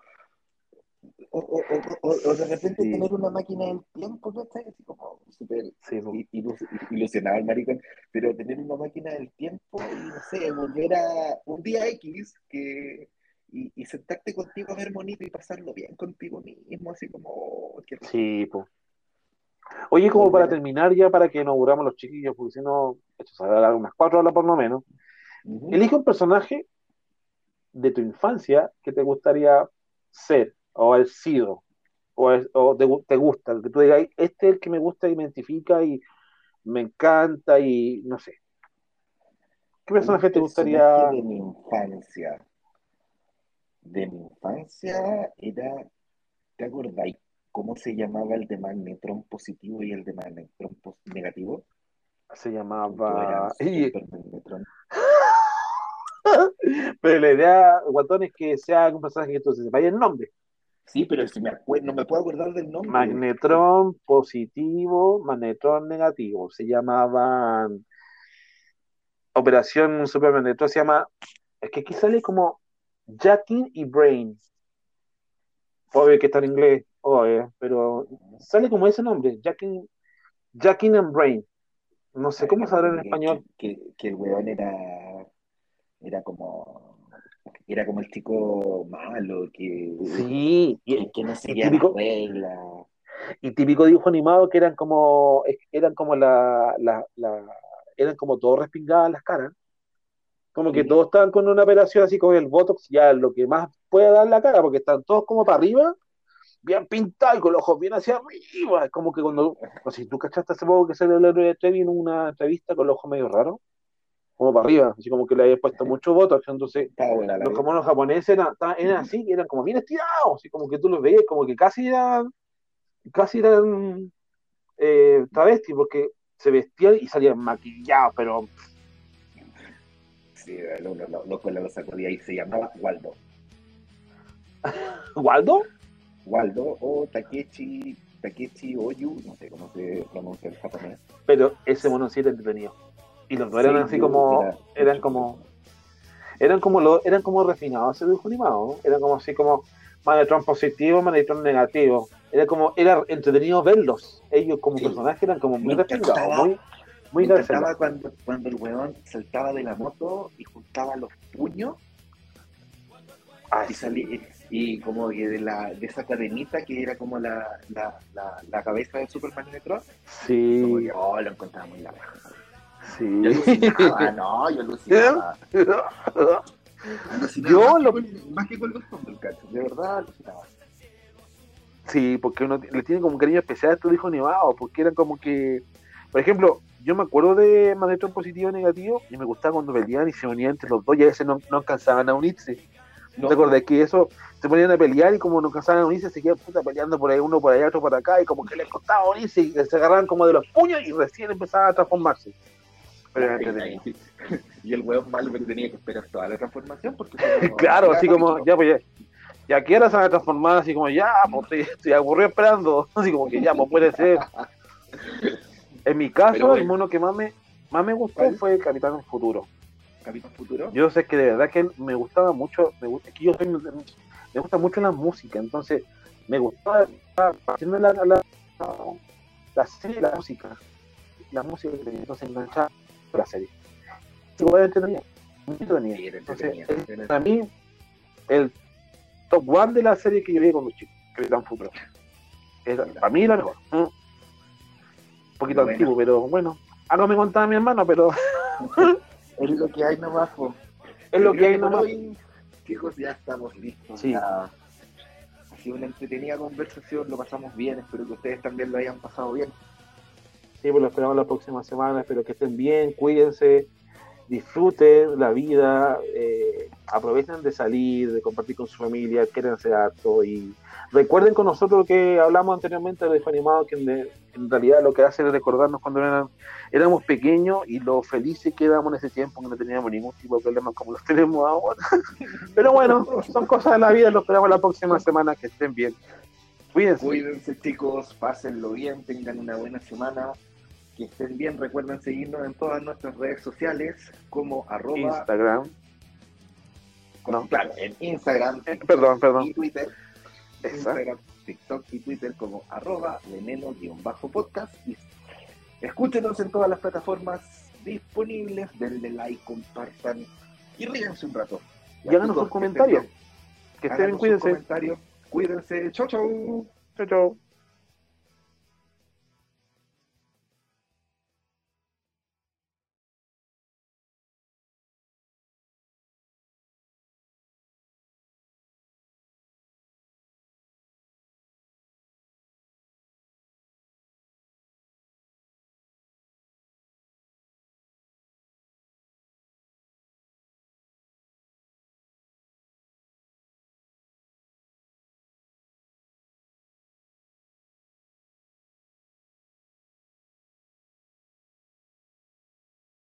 o de repente sí, tener una máquina del tiempo, ¿no? Está así como súper sí, po. ilusionado el maricón, pero tener una máquina del tiempo y no sé, volver a un día X y sentarte contigo a ver bonito y pasarlo bien contigo mismo, así como, oh, qué rico, Sí, po. Oye, como para volver a... terminar ya, para que no aburramos los chiquillos, porque si no, esto se va a dar unas 4 horas por lo menos. Ujú. Elige un personaje de tu infancia que te gustaría ser o haber sido, o te gusta, el que tú digas, "Ay, este es el que me gusta y me identifica y me encanta y no sé. ¿Qué Un personaje te personaje gustaría? de mi infancia era, ¿te acordáis? ¿Cómo se llamaba el de magnetrón positivo y el de magnetrón negativo? Se Todos eran llamaba... super magnetron. Pero la idea, Guatón, es que sea un personaje que tú se vaya el nombre. Sí, pero si me acuerdo, no me puedo acordar del nombre. Magnetrón positivo, magnetrón negativo. Se llamaban Operación Super Magnetrón. Se llama. Es que aquí sale como Jackie y Brain. Obvio que está en inglés, obvio, pero sale como ese nombre, Jackie and Brain. No A sé ver, me cómo sabrá acuerdo en español. que el weón era como el chico malo, Sí, que no y seguía las típico, reglas. y típico dibujo animado que eran como eran como todos respingadas las caras. Como que ¿Sí? todos estaban con una operación así con el Botox, ya lo que más puede dar la cara, porque están todos como para arriba, bien pintados y con los ojos bien hacia arriba. Es como que cuando, no sé si tú cachaste hace poco que salió el héroe de Trevi en una entrevista con los ojos medio raros, como para arriba, así como que le había puesto mucho Botox. Entonces, Estaba buena la los vida. japoneses japoneses eran así, eran como bien estirados, así como que tú los veías, como que casi eran travestis, porque se vestían y salían maquillados, pero Sí, lo sacó de ahí, se llamaba Waldo. ¿Waldo? Waldo o Takechi Oyu, no sé cómo se pronuncia el japonés. Pero ese mono sí era entretenido. Y los dos eran así Seiyu como, era mucho más eran como refinados ese dibujo animado, ¿no? Eran como así como Manetron positivo, Manetron negativo. Era entretenido verlos. Ellos como sí, personajes eran como me muy refinados, encantaba, muy me Garcela. encantaba cuando el weón saltaba de la moto y juntaba los puños Ah, y sí, salía, y como que de esa cadenita que era como la cabeza de Superman Metro, como que, sí, oh, lo encontraba muy la raja. Yo sí. alucinaba, no, yo alucinaba. Alucinaba Yo lo, más que con los Thundercats, de verdad alucinaba. sí, porque uno le tiene como un cariño especial a estos dibujos animados, porque eran como que, por ejemplo, yo me acuerdo de Manetron positivo y negativo, y me gustaba cuando peleaban y se unían entre los dos, y a veces no alcanzaban a unirse. ¿Te No, acordás que eso se ponían a pelear y como no alcanzaban a unirse, se quedaban puta peleando por ahí, uno por allá, otro por acá, y como que les costaba unirse y se agarraban como de los puños y recién empezaban a transformarse? Pero era claro, entretenido. y el weón malo pero tenía que esperar toda la transformación porque si no, Claro, era así como, capítulo. ya, pues ya que ahora se van a transformar, así como, ya, pues estoy aburrido esperando, así como que ya, pues puede ser. En mi Pero caso, el bueno, mono que más me gustó ¿cuál? fue Capitán Futuro. ¿Capitán Futuro? Yo sé que de verdad que me gustaba mucho, es que me gusta mucho la música, entonces me gustaba haciendo la serie, la música que tenía, entonces enganchaba la serie. Igual entretenía, muy entretenida. Sí, era Entonces, entretenida. para mí, el top one de la serie que yo vi con los chicos, Capitán Futuro. Para mí la mejor. Un poquito Pero bueno, antiguo, pero bueno. Algo me contaba mi hermano, pero es lo que hay nomás, po. es Yo lo que creo hay que por nomás. hoy, chicos, ya estamos listos. Sí, Ya ha sido una entretenida conversación, lo pasamos bien, espero que ustedes también lo hayan pasado bien. sí, pues lo esperamos la próxima semana. Espero que estén bien, cuídense, disfruten la vida, aprovechen de salir, de compartir con su familia, quédense harto y recuerden con nosotros lo que hablamos anteriormente de los animados, que en realidad lo que hace es recordarnos cuando éramos pequeños y lo felices que éramos en ese tiempo, que no teníamos ningún tipo de problemas como los tenemos ahora. Pero bueno, son cosas de la vida, lo esperamos la próxima semana, que estén bien. Cuídense. Cuídense, chicos, pásenlo bien, tengan una buena semana, que estén bien. Recuerden seguirnos en todas nuestras redes sociales como Instagram. No. claro, en Instagram, Perdón. y Twitter. Esa. Instagram, TikTok y Twitter como @veneno_podcast. Y escúchenos en todas las plataformas disponibles, denle like, compartan y ríense un rato. Y háganos chicos, sus comentarios. Que estén bien, háganos sus cuídense. comentarios. Cuídense. Chau, chau. Chau, chau.